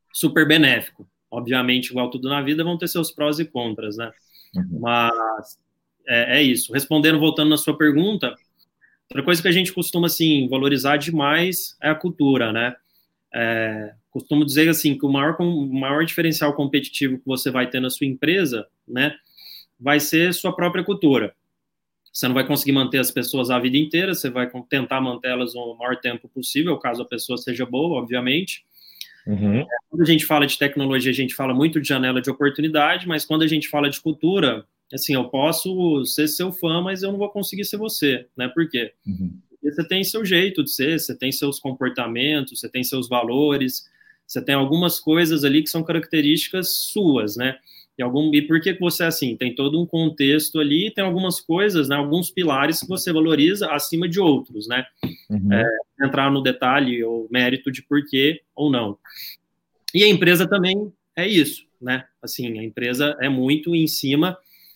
super benéfico. Obviamente, igual tudo na vida, vão ter seus prós e contras, né? Mas é isso. Respondendo, voltando na sua pergunta, outra coisa que a gente costuma, assim, valorizar demais é a cultura, né? Costumo dizer, assim, que o maior diferencial competitivo que você vai ter na sua empresa, né, vai ser sua própria cultura. Você não vai conseguir manter as pessoas a vida inteira, você vai tentar mantê-las o maior tempo possível, caso a pessoa seja boa, obviamente. Quando a gente fala de tecnologia, a gente fala muito de janela de oportunidade, mas quando a gente fala de cultura, assim, eu posso ser seu fã, mas eu não vou conseguir ser você, né? Por quê? Porque você tem seu jeito de ser, você tem seus comportamentos, você tem seus valores, você tem algumas coisas ali que são características suas, né? E por que você é assim? Tem todo um contexto ali, tem algumas coisas, né? Alguns pilares que você valoriza acima de outros, né? Entrar no detalhe ou mérito de porquê ou não. E a empresa também é isso, né? Assim, a empresa é muito em cima.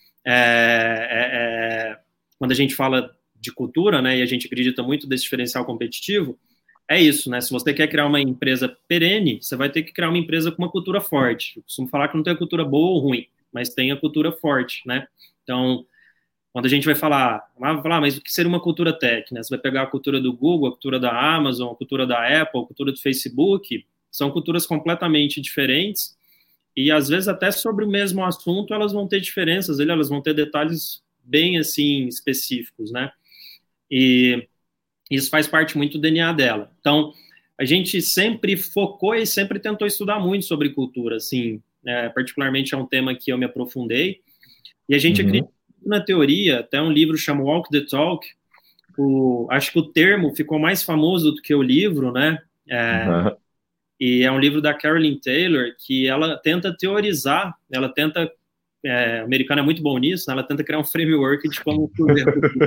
Quando a gente fala de cultura, né? E a gente acredita muito desse diferencial competitivo, é isso, né? Se você quer criar uma empresa perene, você vai ter que criar uma empresa com uma cultura forte. Eu costumo falar que não tem a cultura boa ou ruim, mas tem a cultura forte, né? Então, quando a gente vai falar, mas o que seria uma cultura tech, né? Você vai pegar a cultura do Google, a cultura da Amazon, a cultura da Apple, a cultura do Facebook, são culturas completamente diferentes e, às vezes, até sobre o mesmo assunto, elas vão ter diferenças, elas vão ter detalhes bem, assim, específicos, né? E isso faz parte muito do DNA dela. Então, a gente sempre focou e sempre tentou estudar muito sobre cultura, assim, particularmente é um tema que eu me aprofundei, e a gente acredita na teoria, até um livro chama Walk the Talk, acho que o termo ficou mais famoso do que o livro, né? E é um livro da Carolyn Taylor, que ela tenta teorizar, o americano é muito bom nisso, né? Ela tenta criar um framework de como cultura.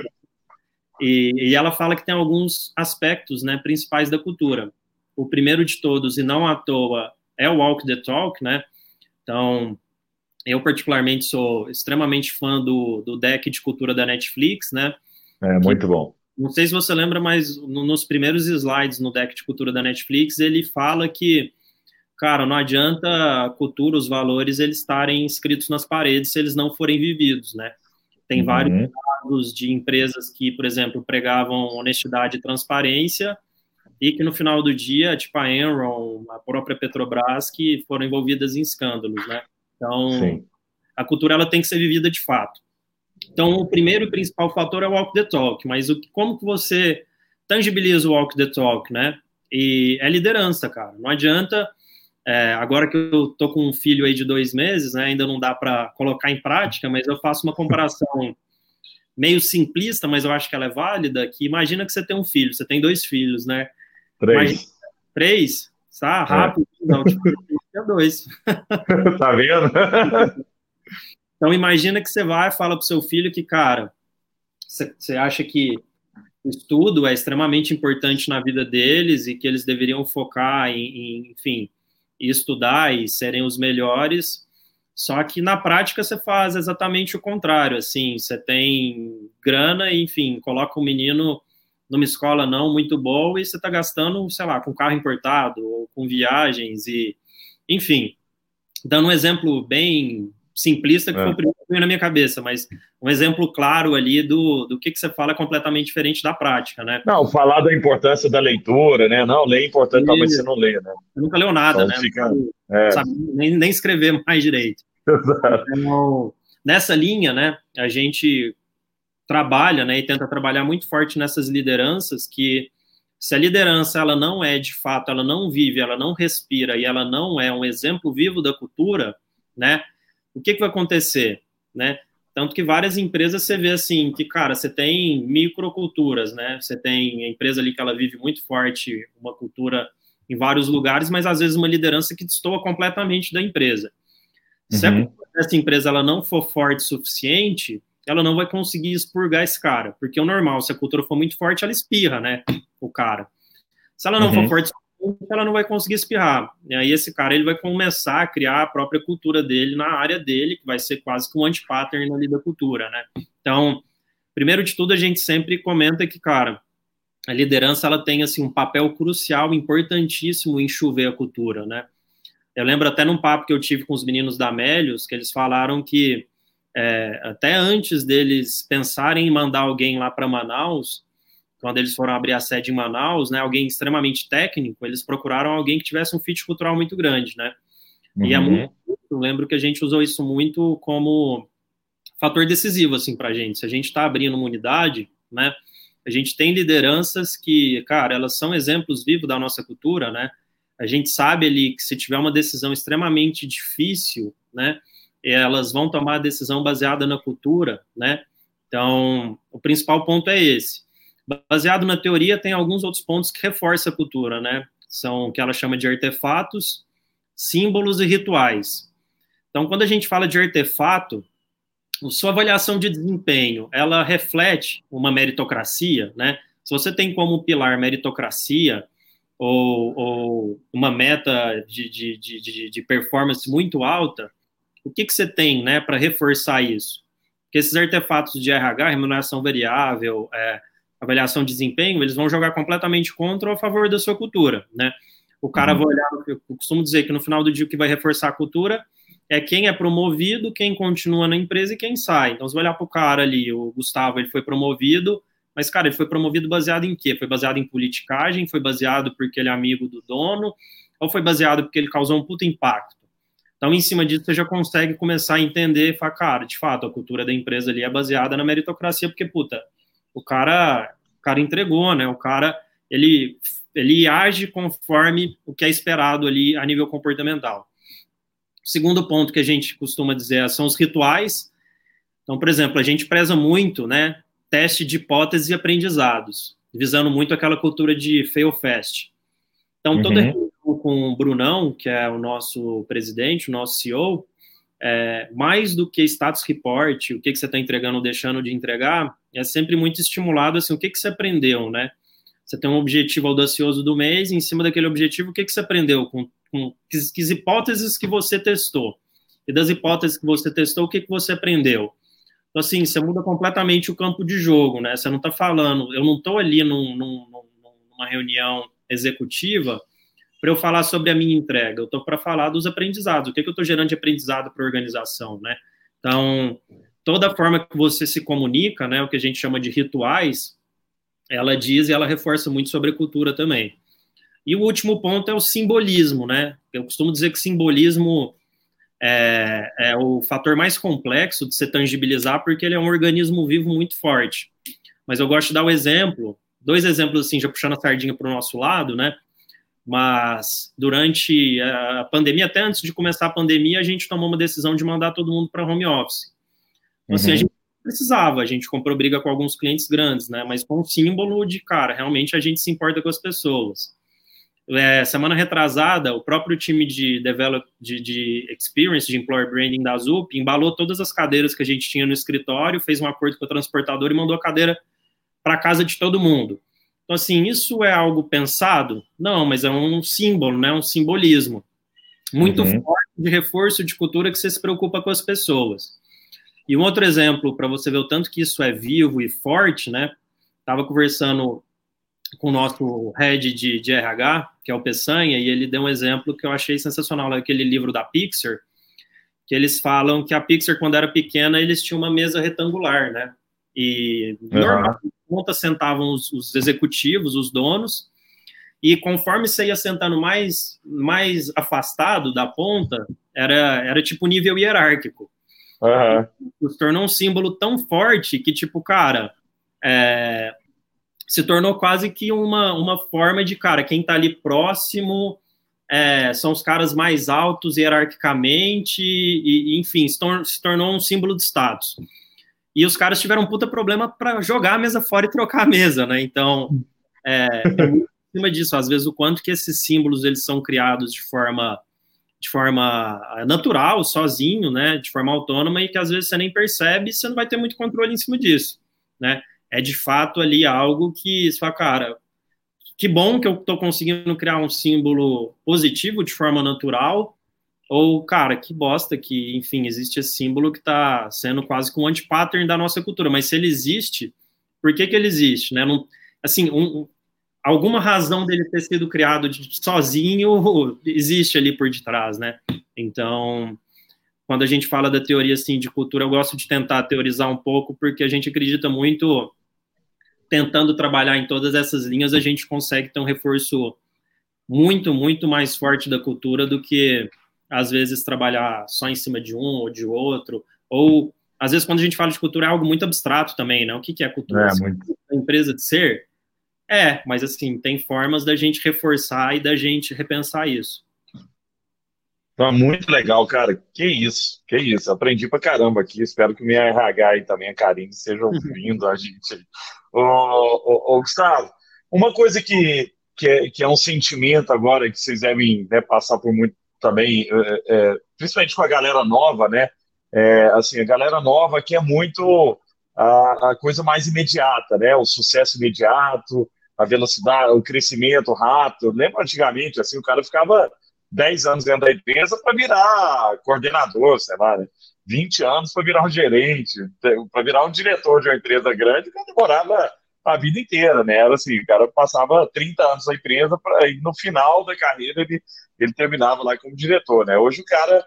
E ela fala que tem alguns aspectos, né, principais da cultura. O primeiro de todos, e não à toa, é o Walk the Talk, né? Então, eu particularmente sou extremamente fã do deck de cultura da Netflix, né? Muito bom. Não sei se você lembra, mas nos primeiros slides no deck de cultura da Netflix, ele fala que, cara, não adianta a cultura, os valores, eles estarem escritos nas paredes se eles não forem vividos, né? Tem vários casos de empresas que, por exemplo, pregavam honestidade e transparência e que no final do dia, tipo a Enron, a própria Petrobras, que foram envolvidas em escândalos, né? Então, a cultura ela tem que ser vivida de fato. Então, o primeiro e principal fator é o walk the talk, mas como que você tangibiliza o walk the talk, né? E é liderança, cara. Não adianta, agora que eu tô com um filho aí de 2 meses, né, ainda não dá para colocar em prática, mas eu faço uma comparação meio simplista, mas eu acho que ela é válida, que imagina que você tem um filho, você tem 2 filhos, né? 3. Imagina, 3? Tá rápido, não, tipo, 2. Tá vendo? Então, imagina que você vai e fala pro seu filho que, cara, você acha que o estudo é extremamente importante na vida deles e que eles deveriam focar enfim, estudar e serem os melhores, só que na prática você faz exatamente o contrário, assim, você tem grana e, enfim, coloca o menino numa escola não muito boa e você está gastando, sei lá, com carro importado ou com viagens e, enfim, dando um exemplo bem simplista, que foi o primeiro que veio na minha cabeça, mas um exemplo claro ali do que você fala é completamente diferente da prática, né? Não, falar da importância da leitura, né? Não, ler é importante, talvez você não lê, né? Você nunca leu nada, então, né? Não sabe nem escrever mais direito. Então, nessa linha, né, a gente trabalha, né, e tenta trabalhar muito forte nessas lideranças que se a liderança ela não é de fato, ela não vive, ela não respira e ela não é um exemplo vivo da cultura, né? O que vai acontecer, né? Tanto que várias empresas você vê assim, que, cara, você tem microculturas, né? Você tem a empresa ali que ela vive muito forte, uma cultura em vários lugares, mas às vezes uma liderança que destoa completamente da empresa. Se essa empresa ela não for forte o suficiente, ela não vai conseguir expurgar esse cara, porque o normal, se a cultura for muito forte, ela espirra, né, o cara. Se ela não for forte, ela não vai conseguir espirrar. E aí esse cara ele vai começar a criar a própria cultura dele na área dele, que vai ser quase que um anti-pattern ali da cultura, né? Então, primeiro de tudo, a gente sempre comenta que, cara, a liderança ela tem assim um papel crucial, importantíssimo em chover a cultura, né? Eu lembro até num papo que eu tive com os meninos da Melius, que eles falaram que até antes deles pensarem em mandar alguém lá para Manaus, quando eles foram abrir a sede em Manaus, né, alguém extremamente técnico, eles procuraram alguém que tivesse um fit cultural muito grande, né? E é muito, eu lembro que a gente usou isso muito como fator decisivo, assim, para a gente. Se a gente está abrindo uma unidade, né, a gente tem lideranças que, cara, elas são exemplos vivos da nossa cultura, né? A gente sabe ali que se tiver uma decisão extremamente difícil, né, elas vão tomar a decisão baseada na cultura, né? Então, o principal ponto é esse. Baseado na teoria, tem alguns outros pontos que reforçam a cultura, né? São o que ela chama de artefatos, símbolos e rituais. Então, quando a gente fala de artefato, sua avaliação de desempenho, ela reflete uma meritocracia, né? Se você tem como pilar meritocracia ou uma meta de performance muito alta, o que você tem, né, para reforçar isso? Porque esses artefatos de RH, remuneração variável, avaliação de desempenho, eles vão jogar completamente contra ou a favor da sua cultura, né? O cara vai olhar, eu costumo dizer que no final do dia o que vai reforçar a cultura é quem é promovido, quem continua na empresa e quem sai. Então, você vai olhar para o cara ali, o Gustavo, ele foi promovido, mas, cara, ele foi promovido baseado em quê? Foi baseado em politicagem? Foi baseado porque ele é amigo do dono? Ou foi baseado porque ele causou um puta impacto? Então, em cima disso, você já consegue começar a entender e falar, cara, de fato, a cultura da empresa ali é baseada na meritocracia, porque, puta, o cara entregou, né? O cara, ele age conforme o que é esperado ali a nível comportamental. O segundo ponto que a gente costuma dizer são os rituais. Então, por exemplo, a gente preza muito, né, teste de hipóteses e aprendizados, visando muito aquela cultura de fail fast. Então, toda reunião com o Brunão, que é o nosso presidente, o nosso CEO, mais do que status report, o que você está entregando ou deixando de entregar, é sempre muito estimulado, assim, o que você aprendeu, né? Você tem um objetivo audacioso do mês, e em cima daquele objetivo, o que você aprendeu? Com que hipóteses que você testou? E das hipóteses que você testou, o que você aprendeu? Então, assim, você muda completamente o campo de jogo, né? Você não está falando, eu não estou ali numa reunião executiva para eu falar sobre a minha entrega, eu estou para falar dos aprendizados, o que eu estou gerando de aprendizado para a organização, né? Então, toda a forma que você se comunica, né, o que a gente chama de rituais, ela diz e ela reforça muito sobre a cultura também. E o último ponto é o simbolismo, né? Eu costumo dizer que simbolismo é o fator mais complexo de se tangibilizar, porque ele é um organismo vivo muito forte. Mas eu gosto de dar o exemplo, dois exemplos assim, já puxando a sardinha para o nosso lado, né? Mas durante a pandemia, até antes de começar a pandemia, a gente tomou uma decisão de mandar todo mundo para home office. Então, assim, a gente precisava, a gente comprou briga com alguns clientes grandes, né? Mas com um símbolo de, cara, realmente a gente se importa com as pessoas. Semana retrasada, o próprio time de experience, de employer branding da ZUP, embalou todas as cadeiras que a gente tinha no escritório, fez um acordo com a transportadora e mandou a cadeira para casa de todo mundo. Então, assim, isso é algo pensado? Não, mas é um símbolo, né? Um simbolismo muito forte de reforço de cultura que você se preocupa com as pessoas. E um outro exemplo, para você ver o tanto que isso é vivo e forte, né? Estava conversando com o nosso head de RH, que é o Peçanha, e ele deu um exemplo que eu achei sensacional, aquele livro da Pixar, que eles falam que a Pixar, quando era pequena, eles tinham uma mesa retangular, né? E normalmente, ponta sentavam os executivos, os donos, e conforme você ia sentando mais afastado da ponta, era tipo nível hierárquico. Se tornou um símbolo tão forte que, tipo, cara, se tornou quase que uma forma de, cara, quem tá ali próximo são os caras mais altos hierarquicamente, e enfim, se tornou um símbolo de status. E os caras tiveram um puta problema para jogar a mesa fora e trocar a mesa, né? Então, muito em cima disso, às vezes o quanto que esses símbolos eles são criados de forma natural, sozinho, né, de forma autônoma, e que às vezes você nem percebe e você não vai ter muito controle em cima disso, né? É de fato ali algo que você fala, cara, que bom que eu estou conseguindo criar um símbolo positivo de forma natural, ou, cara, que bosta que, enfim, existe esse símbolo que está sendo quase que um anti-pattern da nossa cultura, mas se ele existe, por que ele existe, né? Não, assim, alguma razão dele ter sido criado sozinho existe ali por detrás, né? Então, quando a gente fala da teoria assim, de cultura, eu gosto de tentar teorizar um pouco, porque a gente acredita muito, tentando trabalhar em todas essas linhas, a gente consegue ter um reforço muito, muito mais forte da cultura do que, às vezes, trabalhar só em cima de um ou de outro, ou, às vezes, quando a gente fala de cultura, é algo muito abstrato também, né? O que é cultura? Muito. A empresa de ser? Mas, assim, tem formas da gente reforçar e da gente repensar isso. Tá muito legal, cara. Que isso, que isso. Aprendi pra caramba aqui. Espero que o minha RH e também a Karine estejam ouvindo a gente aí. Ô, Gustavo, uma coisa que é um sentimento agora que vocês devem, né, passar por muito também, principalmente com a galera nova, né? Assim, a galera nova quer muito a coisa mais imediata, né? O sucesso imediato, a velocidade, o crescimento rápido. Lembra antigamente, assim, o cara ficava 10 anos dentro da empresa para virar coordenador, sei lá, né? 20 anos para virar um gerente, para virar um diretor de uma empresa grande, que demorava a vida inteira, né? Era assim, o cara passava 30 anos na empresa para no final da carreira ele terminava lá como diretor, né? Hoje o cara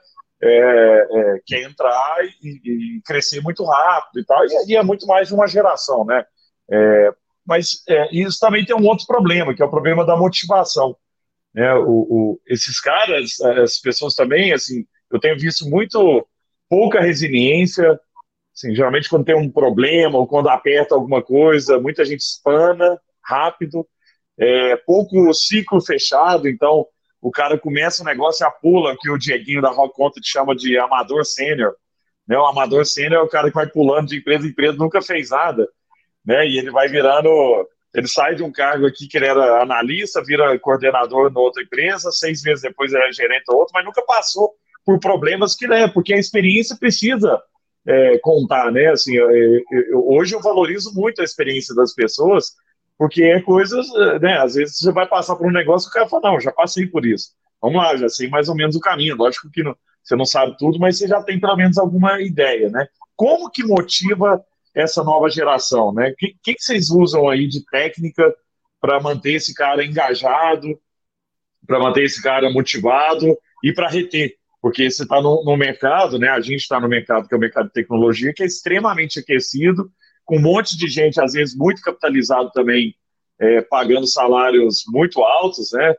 quer entrar e crescer muito rápido e tal, e é muito mais de uma geração, né? Mas isso também tem um outro problema, que é o problema da motivação, né? Esses caras, as pessoas também, assim, eu tenho visto muito pouca resiliência, assim, geralmente quando tem um problema ou quando aperta alguma coisa, muita gente espana rápido, pouco ciclo fechado, então o cara começa o negócio e a pula, que o Dieguinho da Rock Content chama de amador sênior, né? O amador sênior é o cara que vai pulando de empresa em empresa, nunca fez nada, né? E ele vai virando. Ele sai de um cargo aqui que ele era analista, vira coordenador na outra empresa, 6 meses depois ele é gerente da outra, mas nunca passou por problemas que, né? Porque a experiência precisa contar, né? Assim, hoje eu valorizo muito a experiência das pessoas, porque é coisas, né? Às vezes você vai passar por um negócio e o cara fala, não, já passei por isso. Vamos lá, já sei mais ou menos o caminho. Lógico que não, você não sabe tudo, mas você já tem pelo menos alguma ideia, né? Como que motiva essa nova geração, né? O que vocês usam aí de técnica para manter esse cara engajado, para manter esse cara motivado e para reter? Porque você está no mercado, né? A gente está no mercado que é o mercado de tecnologia, que é extremamente aquecido, com um monte de gente, às vezes, muito capitalizado também, pagando salários muito altos, né?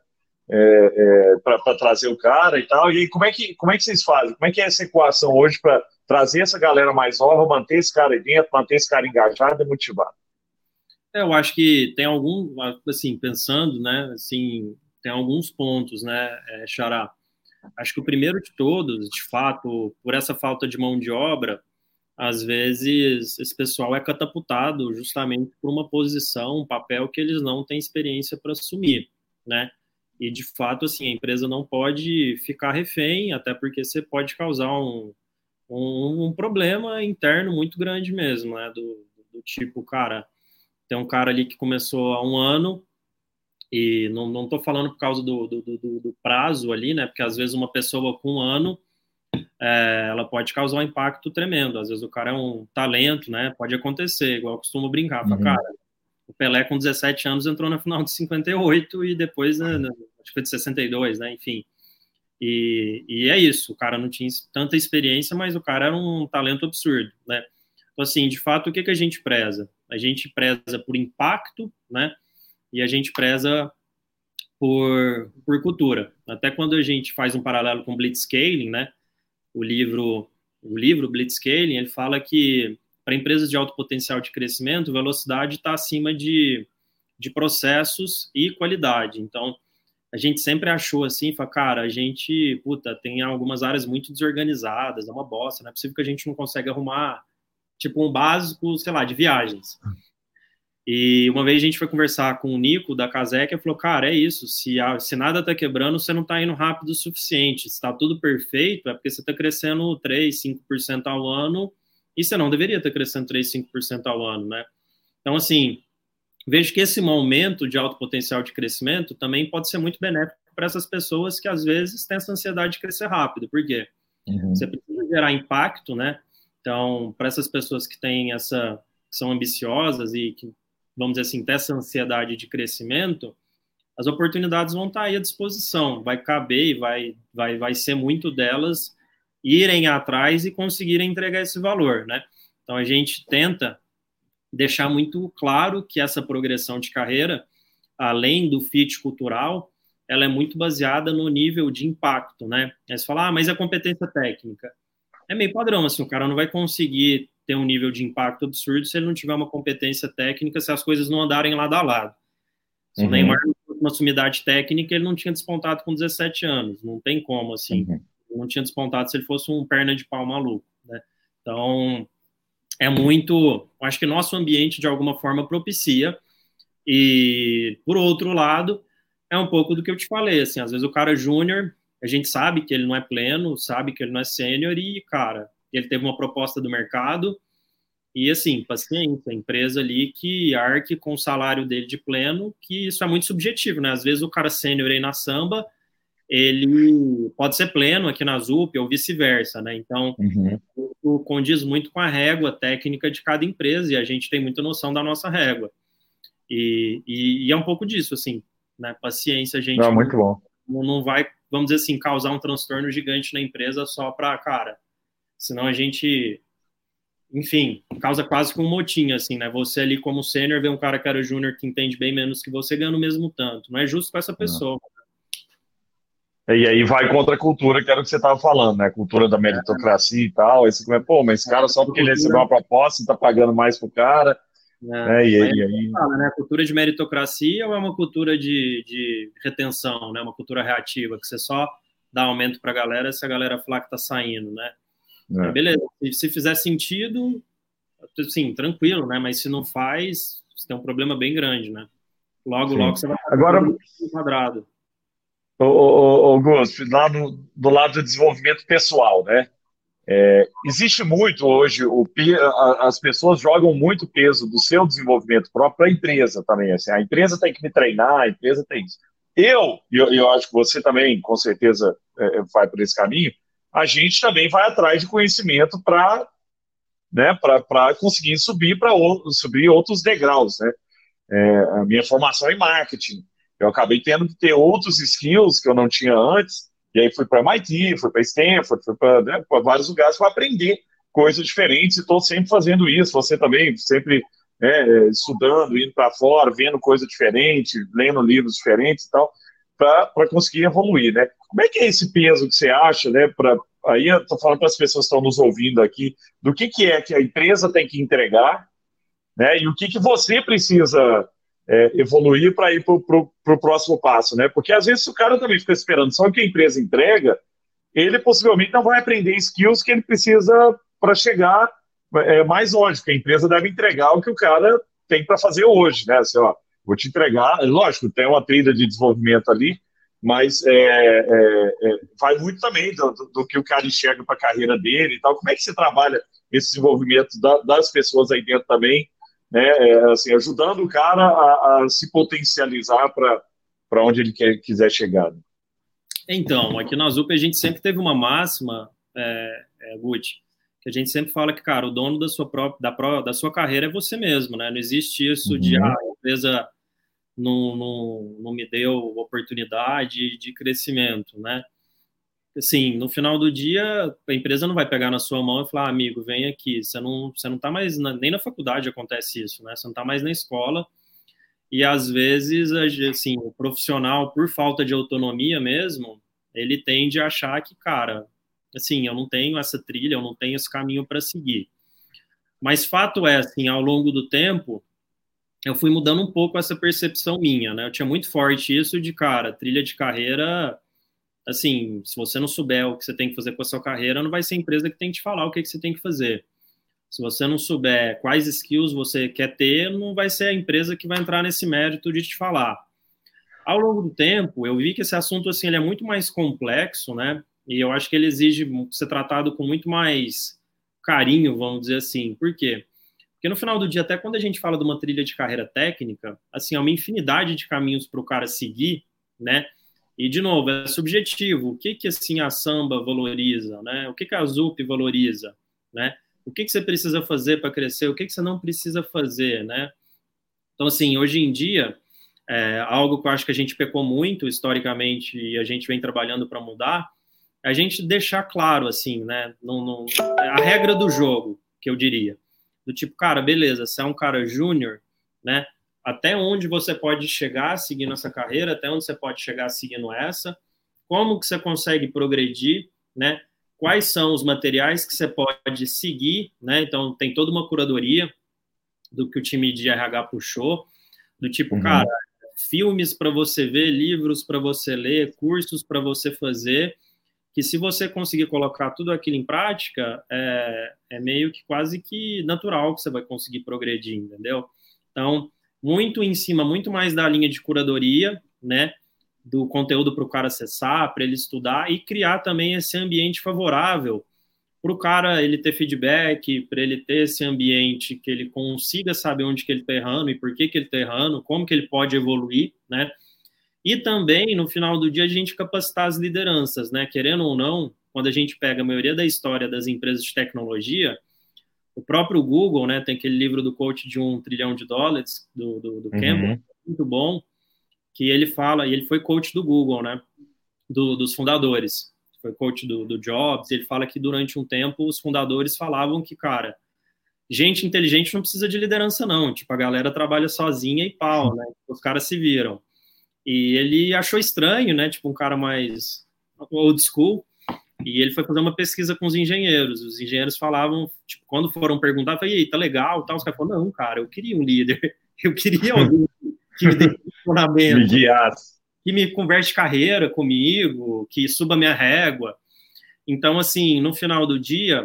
Para trazer o cara e tal. E aí, como é que vocês fazem? Como é que é essa equação hoje para trazer essa galera mais nova, manter esse cara aí dentro, manter esse cara engajado e motivado? Eu acho que tem algum, assim, pensando, né, assim, tem alguns pontos, né, Xará. Acho que o primeiro de todos, de fato, por essa falta de mão de obra, às vezes esse pessoal é catapultado justamente por uma posição, um papel que eles não têm experiência para assumir, né? E de fato, assim, a empresa não pode ficar refém, até porque você pode causar um problema interno muito grande mesmo, né? Do tipo, cara, tem um cara ali que começou há um ano, e não estou falando por causa do prazo ali, né? Porque às vezes uma pessoa com um ano ela pode causar um impacto tremendo. Às vezes o cara é um talento, né? Pode acontecer, igual eu costumo brincar. Fala, Uhum. cara, o Pelé com 17 anos entrou na final de 58 e depois, né, acho que foi de 62, né? Enfim. E é isso, o cara não tinha tanta experiência, mas o cara era um talento absurdo, né? Então, assim, de fato, o que a gente preza? A gente preza por impacto, né? E a gente preza por cultura. Até quando a gente faz um paralelo com Blitzscaling, né? O livro, o livro Blitzscaling, ele fala que para empresas de alto potencial de crescimento, velocidade está acima de processos e qualidade. Então, a gente sempre achou assim, fala, cara, a gente, puta, tem algumas áreas muito desorganizadas, é uma bosta, não é possível que a gente não consiga arrumar, tipo, um básico, sei lá, de viagens. E uma vez a gente foi conversar com o Nico da Casec e falou, cara, é isso, se nada tá quebrando, você não tá indo rápido o suficiente. Se tá tudo perfeito, é porque você tá crescendo 3, 5% ao ano e você não deveria estar crescendo 3, 5% ao ano, né? Então, assim, vejo que esse momento de alto potencial de crescimento também pode ser muito benéfico para essas pessoas que às vezes têm essa ansiedade de crescer rápido. Por quê? Você Uhum. precisa gerar impacto, né? Então, para essas pessoas que têm que são ambiciosas e que vamos dizer assim, ter essa ansiedade de crescimento, as oportunidades vão estar aí à disposição, vai caber e vai ser muito delas irem atrás e conseguirem entregar esse valor, né? Então, a gente tenta deixar muito claro que essa progressão de carreira, além do fit cultural, ela é muito baseada no nível de impacto, né? Aí você fala, mas a competência técnica? É meio padrão, assim, o cara não vai conseguir ter um nível de impacto absurdo se ele não tiver uma competência técnica, se as coisas não andarem lado a lado. Se o Neymar não fosse uma sumidade técnica, ele não tinha despontado com 17 anos, não tem como, assim, não tinha despontado se ele fosse um perna de pau maluco, né? Então, é muito, acho que nosso ambiente de alguma forma propicia, e por outro lado, é um pouco do que eu te falei, assim, às vezes o cara júnior, a gente sabe que ele não é pleno, sabe que ele não é sênior e, cara, ele teve uma proposta do mercado e, assim, paciência, a empresa ali que arque com o salário dele de pleno, que isso é muito subjetivo, né? Às vezes o cara sênior aí na samba, ele pode ser pleno aqui na ZUP ou vice-versa, né? Então, isso condiz muito com a régua técnica de cada empresa e a gente tem muita noção da nossa régua. E é um pouco disso, assim, né? Paciência, a gente muito bom. Não vai, vamos dizer assim, causar um transtorno gigante na empresa só para, cara, senão a gente, enfim, causa quase que um motim, assim, né? Você ali como sênior vê um cara que era júnior que entende bem menos que você ganhando o mesmo tanto. Não é justo com essa pessoa. E aí vai contra a cultura, que era o que você estava falando, né? A cultura da meritocracia e tal. Aí você começa, pô, mas esse cara só porque ele recebeu uma proposta, está pagando mais pro cara. Né? E aí... Fala, né? Cultura de meritocracia ou é uma cultura de retenção, né? Uma cultura reativa, que você só dá aumento para a galera se a galera falar que está saindo, né? Beleza, se fizer sentido, sim, tranquilo, né? Mas se não faz, você tem um problema bem grande, né? Logo você vai estar agora quadrado. Augusto, lá do lado do desenvolvimento pessoal, né? Existe muito hoje, as pessoas jogam muito peso do seu desenvolvimento próprio para a empresa também. Assim, a empresa tem que me treinar, a empresa tem isso. Eu acho que você também, com certeza, vai por esse caminho. A gente também vai atrás de conhecimento para, né, para conseguir subir outros degraus, né? A minha formação é em marketing. Eu acabei tendo que ter outros skills que eu não tinha antes, e aí fui para MIT, fui para Stanford, fui para, né, vários lugares para aprender coisas diferentes, e estou sempre fazendo isso. Você também, sempre, né, estudando, indo para fora, vendo coisa diferente, lendo livros diferentes e tal, para conseguir evoluir, né? Como é que é esse peso que você acha, né? Aí eu estou falando para as pessoas que estão nos ouvindo aqui, do que é que a empresa tem que entregar, né? E o que você precisa evoluir para ir para o próximo passo, né? Porque às vezes o cara também fica esperando só o que a empresa entrega, ele possivelmente não vai aprender skills que ele precisa para chegar mais longe, porque a empresa deve entregar o que o cara tem para fazer hoje, né? Assim, ó, vou te entregar, lógico, tem uma trilha de desenvolvimento ali, mas vai muito também do que o cara enxerga para a carreira dele e tal. Como é que você trabalha esse desenvolvimento das pessoas aí dentro também, né? Assim, ajudando o cara a se potencializar para onde ele quiser chegar. Então, aqui na ZUP a gente sempre teve uma máxima, Gucci, que a gente sempre fala que, cara, o dono da sua carreira é você mesmo, né? Não existe isso de a empresa não me deu oportunidade de crescimento, né? Assim, no final do dia, a empresa não vai pegar na sua mão e falar, amigo, vem aqui. Você não tá mais, nem na faculdade acontece isso, né? Você não tá mais na escola. E às vezes, assim, o profissional, por falta de autonomia mesmo, ele tende a achar que, cara, assim, eu não tenho essa trilha, eu não tenho esse caminho para seguir. Mas fato é, assim, ao longo do tempo, eu fui mudando um pouco essa percepção minha, né? Eu tinha muito forte isso de, cara, trilha de carreira, assim, se você não souber o que você tem que fazer com a sua carreira, não vai ser a empresa que tem que te falar o que você tem que fazer. Se você não souber quais skills você quer ter, não vai ser a empresa que vai entrar nesse mérito de te falar. Ao longo do tempo, eu vi que esse assunto assim, ele é muito mais complexo, né? E eu acho que ele exige ser tratado com muito mais carinho, vamos dizer assim. Por quê? Porque no final do dia, até quando a gente fala de uma trilha de carreira técnica, assim, é uma infinidade de caminhos para o cara seguir, né? E, de novo, é subjetivo. O que assim, a samba valoriza, né? O que a ZUP valoriza, né? O que você precisa fazer para crescer? O que você não precisa fazer, né? Então, assim, hoje em dia, algo que eu acho que a gente pecou muito historicamente e a gente vem trabalhando para mudar, é a gente deixar claro, assim, né, a regra do jogo, que eu diria. Do tipo, cara, beleza, você é um cara júnior, né, até onde você pode chegar seguindo essa carreira, até onde você pode chegar seguindo essa, como que você consegue progredir, né, quais são os materiais que você pode seguir, né, então tem toda uma curadoria do que o time de RH puxou, do tipo, cara, filmes para você ver, livros para você ler, cursos para você fazer, que se você conseguir colocar tudo aquilo em prática, é meio que quase que natural que você vai conseguir progredir, entendeu? Então, muito em cima, muito mais da linha de curadoria, né, do conteúdo para o cara acessar, para ele estudar e criar também esse ambiente favorável para o cara ele ter feedback, para ele ter esse ambiente que ele consiga saber onde que ele está errando e por que ele está errando, como que ele pode evoluir, né? E também, no final do dia, a gente capacitar as lideranças, né? Querendo ou não, quando a gente pega a maioria da história das empresas de tecnologia, o próprio Google, né? Tem aquele livro do coach de $1 trilhão, do Campbell, muito bom, que ele fala, e ele foi coach do Google, né? Dos fundadores. Foi coach do Jobs, ele fala que durante um tempo os fundadores falavam que, cara, gente inteligente não precisa de liderança, não. Tipo, a galera trabalha sozinha e pau, né? Os caras se viram. E ele achou estranho, né? Tipo, um cara mais old school. E ele foi fazer uma pesquisa com os engenheiros. Os engenheiros falavam, tipo, quando foram perguntar, falei, e aí, tá legal, tal. Os caras falaram, não, cara, eu queria um líder. Eu queria alguém que me dê funcionamento. Me guiasse. Que me converte carreira comigo, que suba minha régua. Então, assim, no final do dia,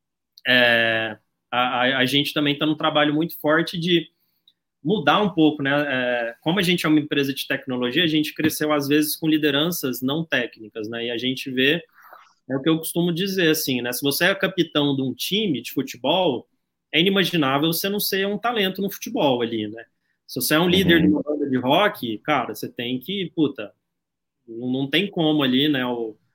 a gente também está num trabalho muito forte de mudar um pouco, né? Como a gente é uma empresa de tecnologia, a gente cresceu, às vezes, com lideranças não técnicas, né? E a gente vê, é o que eu costumo dizer, assim, né? Se você é capitão de um time de futebol, é inimaginável você não ser um talento no futebol ali, né? Se você é um líder de uma banda de rock, cara, você tem que, não tem como ali, né,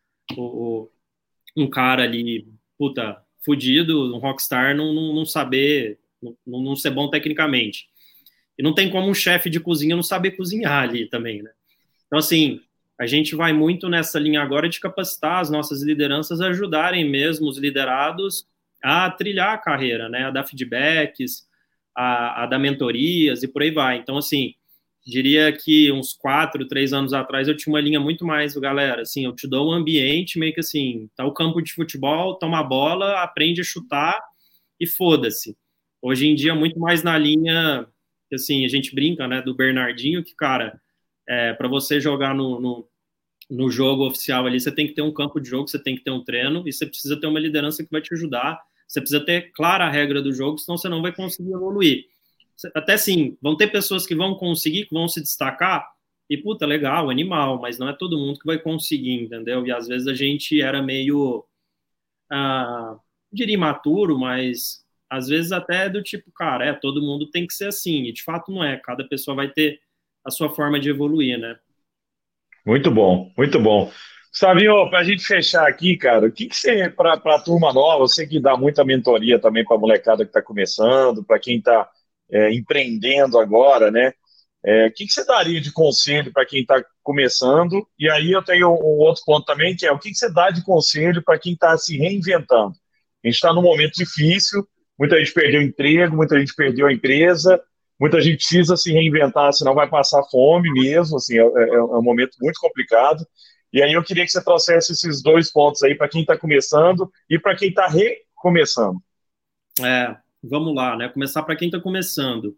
um cara ali, fudido, um rockstar, não saber, não ser bom tecnicamente. E não tem como um chefe de cozinha não saber cozinhar ali também, né? Então, assim, a gente vai muito nessa linha agora de capacitar as nossas lideranças a ajudarem mesmo os liderados a trilhar a carreira, né? A dar feedbacks, a dar mentorias e por aí vai. Então, assim, diria que uns 3 anos atrás eu tinha uma linha muito mais, galera, assim, eu te dou um ambiente meio que assim, tá o campo de futebol, toma a bola, aprende a chutar e foda-se. Hoje em dia, muito mais na linha, assim, a gente brinca, né, do Bernardinho, que, cara, para você jogar no jogo oficial ali, você tem que ter um campo de jogo, você tem que ter um treino e você precisa ter uma liderança que vai te ajudar, você precisa ter clara a regra do jogo, senão você não vai conseguir evoluir. Até sim, vão ter pessoas que vão conseguir, que vão se destacar, e puta, legal, animal, mas não é todo mundo que vai conseguir, entendeu? E às vezes a gente era meio, diria imaturo, mas às vezes até do tipo, cara, todo mundo tem que ser assim, e de fato não é, cada pessoa vai ter a sua forma de evoluir, né? Muito bom, muito bom. Gustavinho, para a gente fechar aqui, cara, o que você, para a turma nova, você que dá muita mentoria também para a molecada que está começando, para quem está empreendendo agora, né? O que você daria de conselho para quem está começando? E aí eu tenho um outro ponto também, que é o que você dá de conselho para quem está se reinventando? A gente está num momento difícil, muita gente perdeu o emprego, muita gente perdeu a empresa, muita gente precisa se reinventar, senão vai passar fome mesmo, assim, é um momento muito complicado. E aí eu queria que você trouxesse esses dois pontos aí para quem está começando e para quem está recomeçando. Vamos lá, né? Começar para quem está começando.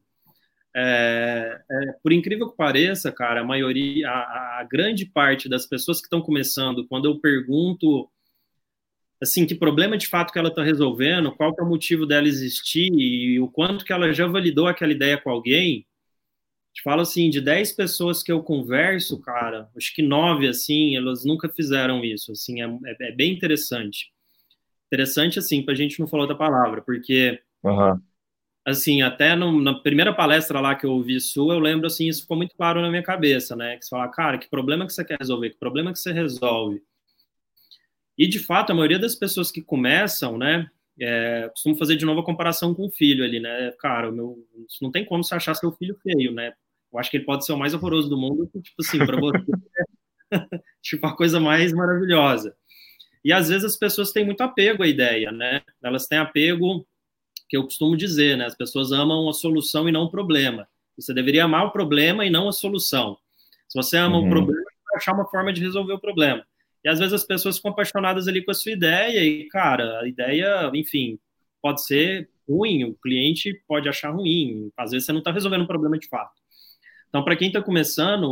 Por incrível que pareça, cara, a maioria, a grande parte das pessoas que estão começando, quando eu pergunto assim, que problema de fato que ela está resolvendo, qual que é o motivo dela existir e o quanto que ela já validou aquela ideia com alguém, te falo assim, de 10 pessoas que eu converso, cara, acho que 9, assim, elas nunca fizeram isso, assim, é bem interessante. Interessante, assim, pra gente não falar outra palavra, porque, assim, até na primeira palestra lá que eu ouvi sua, eu lembro, assim, isso ficou muito claro na minha cabeça, né, que você fala, cara, que problema que você quer resolver, que problema que você resolve? E, de fato, a maioria das pessoas que começam, né, Eu costumo fazer de novo a comparação com o filho ali, né? Cara, não tem como você achar seu filho feio, né? Eu acho que ele pode ser o mais horroroso do mundo, tipo assim, para você, tipo, a coisa mais maravilhosa. E às vezes as pessoas têm muito apego à ideia, né? Elas têm apego, que eu costumo dizer, né? As pessoas amam a solução e não o problema. Você deveria amar o problema e não a solução. Se você ama o problema, você vai achar uma forma de resolver o problema. E às vezes as pessoas ficam apaixonadas ali com a sua ideia e, cara, a ideia, enfim, pode ser ruim, o cliente pode achar ruim. Às vezes você não está resolvendo um problema de fato. Então, para quem está começando,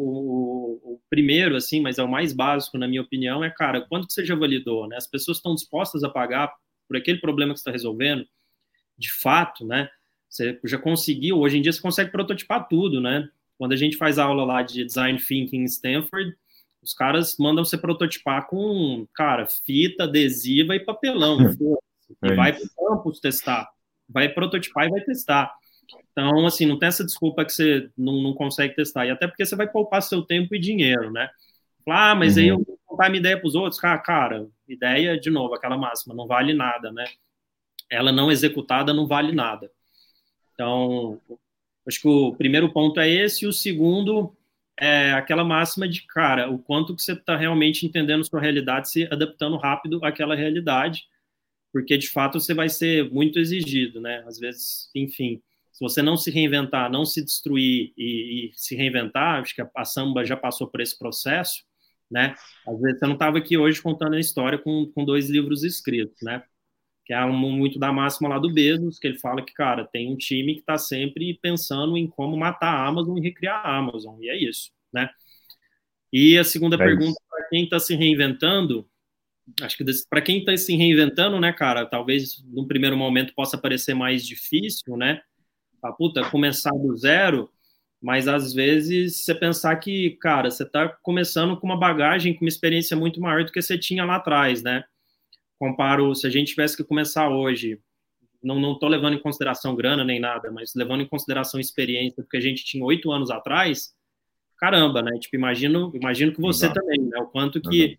o primeiro, assim, mas é o mais básico, na minha opinião, é, cara, quanto que você já validou, né? As pessoas estão dispostas a pagar por aquele problema que você está resolvendo, de fato, né? Você já conseguiu, hoje em dia você consegue prototipar tudo, né? Quando a gente faz aula lá de Design Thinking em Stanford, os caras mandam você prototipar com, cara, fita adesiva e papelão, e vai para o campus testar, vai prototipar e vai testar. Então, assim, não tem essa desculpa que você não consegue testar. E até porque você vai poupar seu tempo e dinheiro, né? Mas aí eu vou contar minha ideia para os outros. Cara, ideia, de novo, aquela máxima, não vale nada, né? Ela não executada não vale nada. Então, acho que o primeiro ponto é esse. E o segundo é aquela máxima de, cara, o quanto que você está realmente entendendo sua realidade, se adaptando rápido àquela realidade, porque, de fato, você vai ser muito exigido, né? Às vezes, enfim... Se você não se reinventar, não se destruir e se reinventar, acho que a Samba já passou por esse processo, né? Às vezes você não estava aqui hoje contando a história com 2 livros escritos, né? Que é muito da máxima lá do Bezos, que ele fala que, cara, tem um time que está sempre pensando em como matar a Amazon e recriar a Amazon, e é isso, né? E a segunda pergunta, para quem está se reinventando, acho que para quem está se reinventando, né, cara, talvez no primeiro momento possa parecer mais difícil, né? Começar do zero, mas às vezes você pensar que, cara, você está começando com uma bagagem, com uma experiência muito maior do que você tinha lá atrás, né? Comparo, se a gente tivesse que começar hoje, não estou levando em consideração grana nem nada, mas levando em consideração experiência, porque a gente tinha 8 anos atrás, caramba, né? Tipo, imagino que você também, né? O quanto que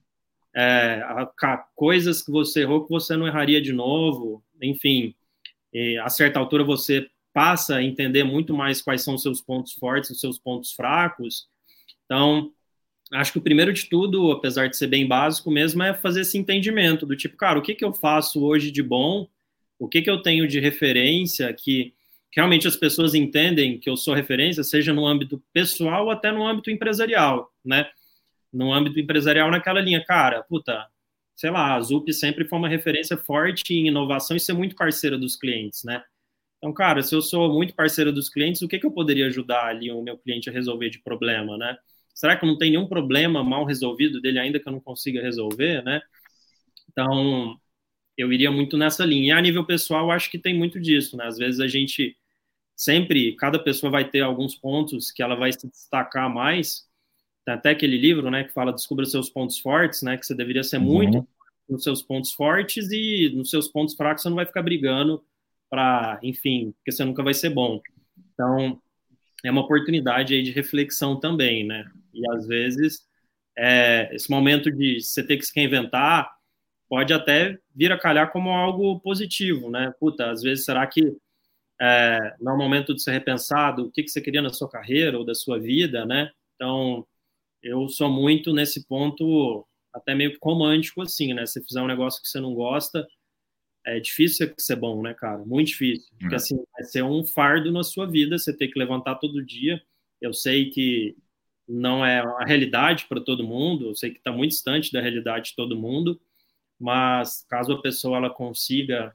coisas que você errou que você não erraria de novo, enfim, a certa altura você passa a entender muito mais quais são os seus pontos fortes, os seus pontos fracos. Então, acho que o primeiro de tudo, apesar de ser bem básico mesmo, é fazer esse entendimento do tipo, cara, o que eu faço hoje de bom? O que eu tenho de referência que realmente as pessoas entendem que eu sou referência, seja no âmbito pessoal ou até no âmbito empresarial, né? No âmbito empresarial, naquela linha, cara, sei lá, a Zup sempre foi uma referência forte em inovação e ser muito parceira dos clientes, né? Então, cara, se eu sou muito parceiro dos clientes, o que eu poderia ajudar ali o meu cliente a resolver de problema, né? Será que não tem nenhum problema mal resolvido dele ainda que eu não consiga resolver, né? Então, eu iria muito nessa linha. E a nível pessoal, eu acho que tem muito disso, né? Às vezes a gente cada pessoa vai ter alguns pontos que ela vai se destacar mais. Tem até aquele livro, né, que fala Descubra seus pontos fortes, né? Que você deveria ser muito nos seus pontos fortes e nos seus pontos fracos você não vai ficar brigando enfim, porque você nunca vai ser bom. Então, é uma oportunidade aí de reflexão também, né? E às vezes, esse momento de você ter que se reinventar pode até vir a calhar como algo positivo, né? Às vezes, será que não é o momento de ser repensado o que você queria na sua carreira ou da sua vida, né? Então, eu sou muito nesse ponto até meio que romântico, assim, né? Se fizer um negócio que você não gosta, é difícil ser bom, né, cara? Muito difícil. Porque, assim, vai ser um fardo na sua vida, você ter que levantar todo dia. Eu sei que não é a realidade para todo mundo, eu sei que está muito distante da realidade de todo mundo, mas caso a pessoa ela consiga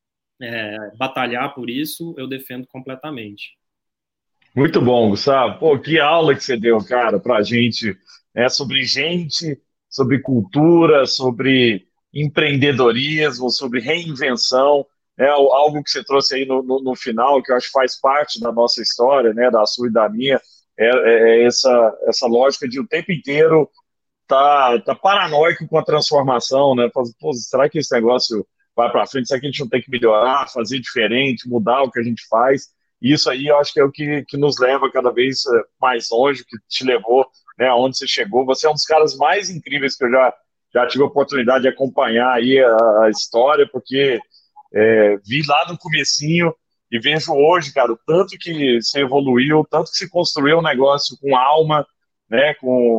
batalhar por isso, eu defendo completamente. Muito bom, Gustavo. Pô, que aula que você deu, cara, pra gente, gente, sobre cultura, sobre empreendedorismo, sobre reinvenção. Algo que você trouxe aí no final, que eu acho que faz parte da nossa história, né, da sua e da minha, é essa lógica de o tempo inteiro tá paranoico com a transformação, né? Pô, será que esse negócio vai para frente? Será que a gente não tem que melhorar, fazer diferente, mudar o que a gente faz? E isso aí eu acho que é o que nos leva cada vez mais longe, que te levou, né, aonde você chegou. Você é um dos caras mais incríveis que eu já tive a oportunidade de acompanhar aí a história, porque Vi lá no comecinho e vejo hoje, cara, o tanto que se evoluiu, o tanto que se construiu um negócio com alma, né?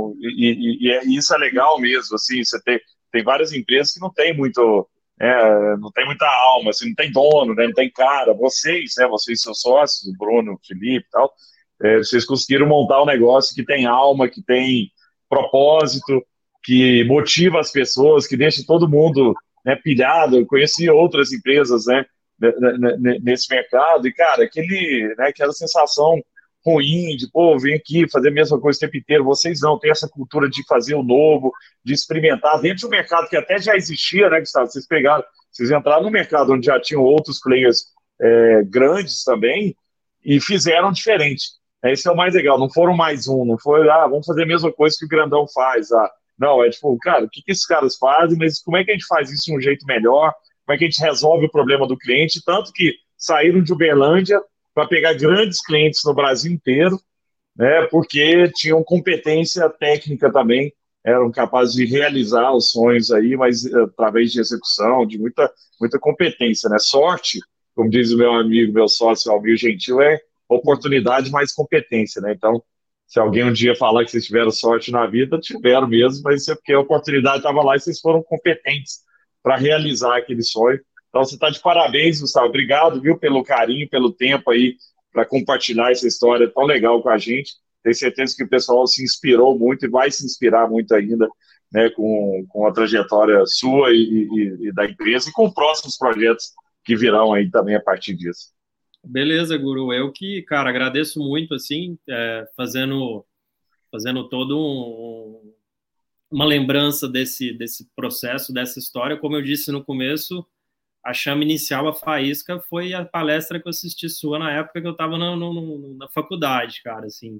E isso é legal mesmo, assim, tem várias empresas que não tem muito, não tem muita alma, assim, não tem dono, né? Não tem cara. Vocês, né? Vocês seus sócios, o Bruno, o Felipe e tal, vocês conseguiram montar um negócio que tem alma, que tem propósito, que motiva as pessoas, que deixa todo mundo, né, pilhado. Eu conheci outras empresas, né, nesse mercado, e, cara, aquela sensação ruim de, pô, vem aqui fazer a mesma coisa o tempo inteiro. Vocês não têm essa cultura de fazer o novo, de experimentar dentro de um mercado que até já existia, né, Gustavo? Vocês entraram no mercado onde já tinham outros players grandes também e fizeram diferente. Esse é o mais legal. Não foram mais um, não foi, vamos fazer a mesma coisa que o grandão faz. Não, é tipo, cara, o que esses caras fazem, mas como é que a gente faz isso de um jeito melhor? Como é que a gente resolve o problema do cliente? Tanto que saíram de Uberlândia para pegar grandes clientes no Brasil inteiro, né, porque tinham competência técnica também, eram capazes de realizar os sonhos aí, mas através de execução, de muita competência, né? Sorte, como diz o meu amigo, meu sócio, Almir Gentil, é oportunidade mais competência, né? Então, se alguém um dia falar que vocês tiveram sorte na vida, tiveram mesmo, mas isso é porque a oportunidade estava lá e vocês foram competentes para realizar aquele sonho. Então, você está de parabéns, Gustavo. Obrigado, viu, pelo carinho, pelo tempo aí, para compartilhar essa história tão legal com a gente. Tenho certeza que o pessoal se inspirou muito e vai se inspirar muito ainda, né, com a trajetória sua e da empresa e com próximos projetos que virão aí também a partir disso. Beleza, Guru. Eu que, cara, agradeço muito, assim, fazendo todo uma lembrança desse processo, dessa história. Como eu disse no começo, a chama inicial, a faísca, foi a palestra que eu assisti sua na época que eu estava na faculdade, cara, assim,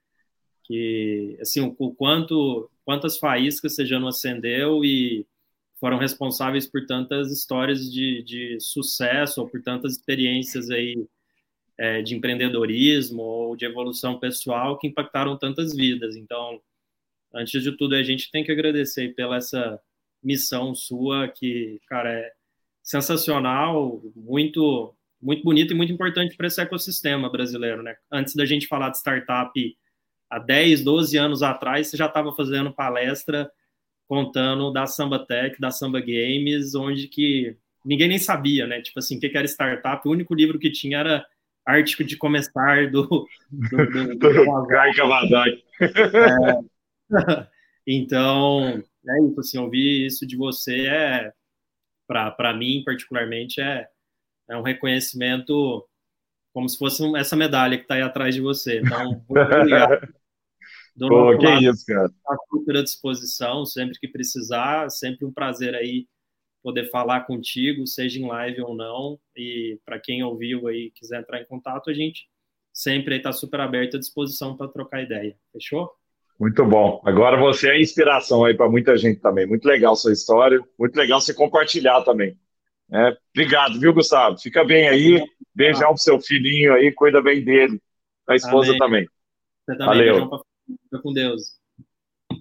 assim, quantas faíscas você já não acendeu e foram responsáveis por tantas histórias de sucesso ou por tantas experiências aí de empreendedorismo ou de evolução pessoal que impactaram tantas vidas. Então, antes de tudo, a gente tem que agradecer pela essa missão sua que, cara, é sensacional, muito muito bonito e muito importante para esse ecossistema brasileiro, né? Antes da gente falar de startup há 10, 12 anos atrás, você já estava fazendo palestra contando da Samba Tech, da Samba Games, onde que ninguém nem sabia, né? Tipo assim, o que era startup? O único livro que tinha era Arte de Começar, do Guy Cavadai. Então, é isso, assim, ouvir isso de você para mim, particularmente, é um reconhecimento como se fosse essa medalha que está aí atrás de você. Então, muito obrigado. Do Pô, que isso, cara. À super disposição, sempre que precisar, sempre um prazer aí poder falar contigo, seja em live ou não, e para quem ouviu aí quiser entrar em contato, a gente sempre está super aberto à disposição para trocar ideia. Fechou? Muito bom. Agora você é inspiração aí para muita gente também. Muito legal sua história, muito legal você compartilhar também. Obrigado, viu, Gustavo? Fica bem aí, beijão pro seu filhinho aí, cuida bem dele, da esposa Amém. também. Você também, Valeu. beijão pra... Fica com Deus.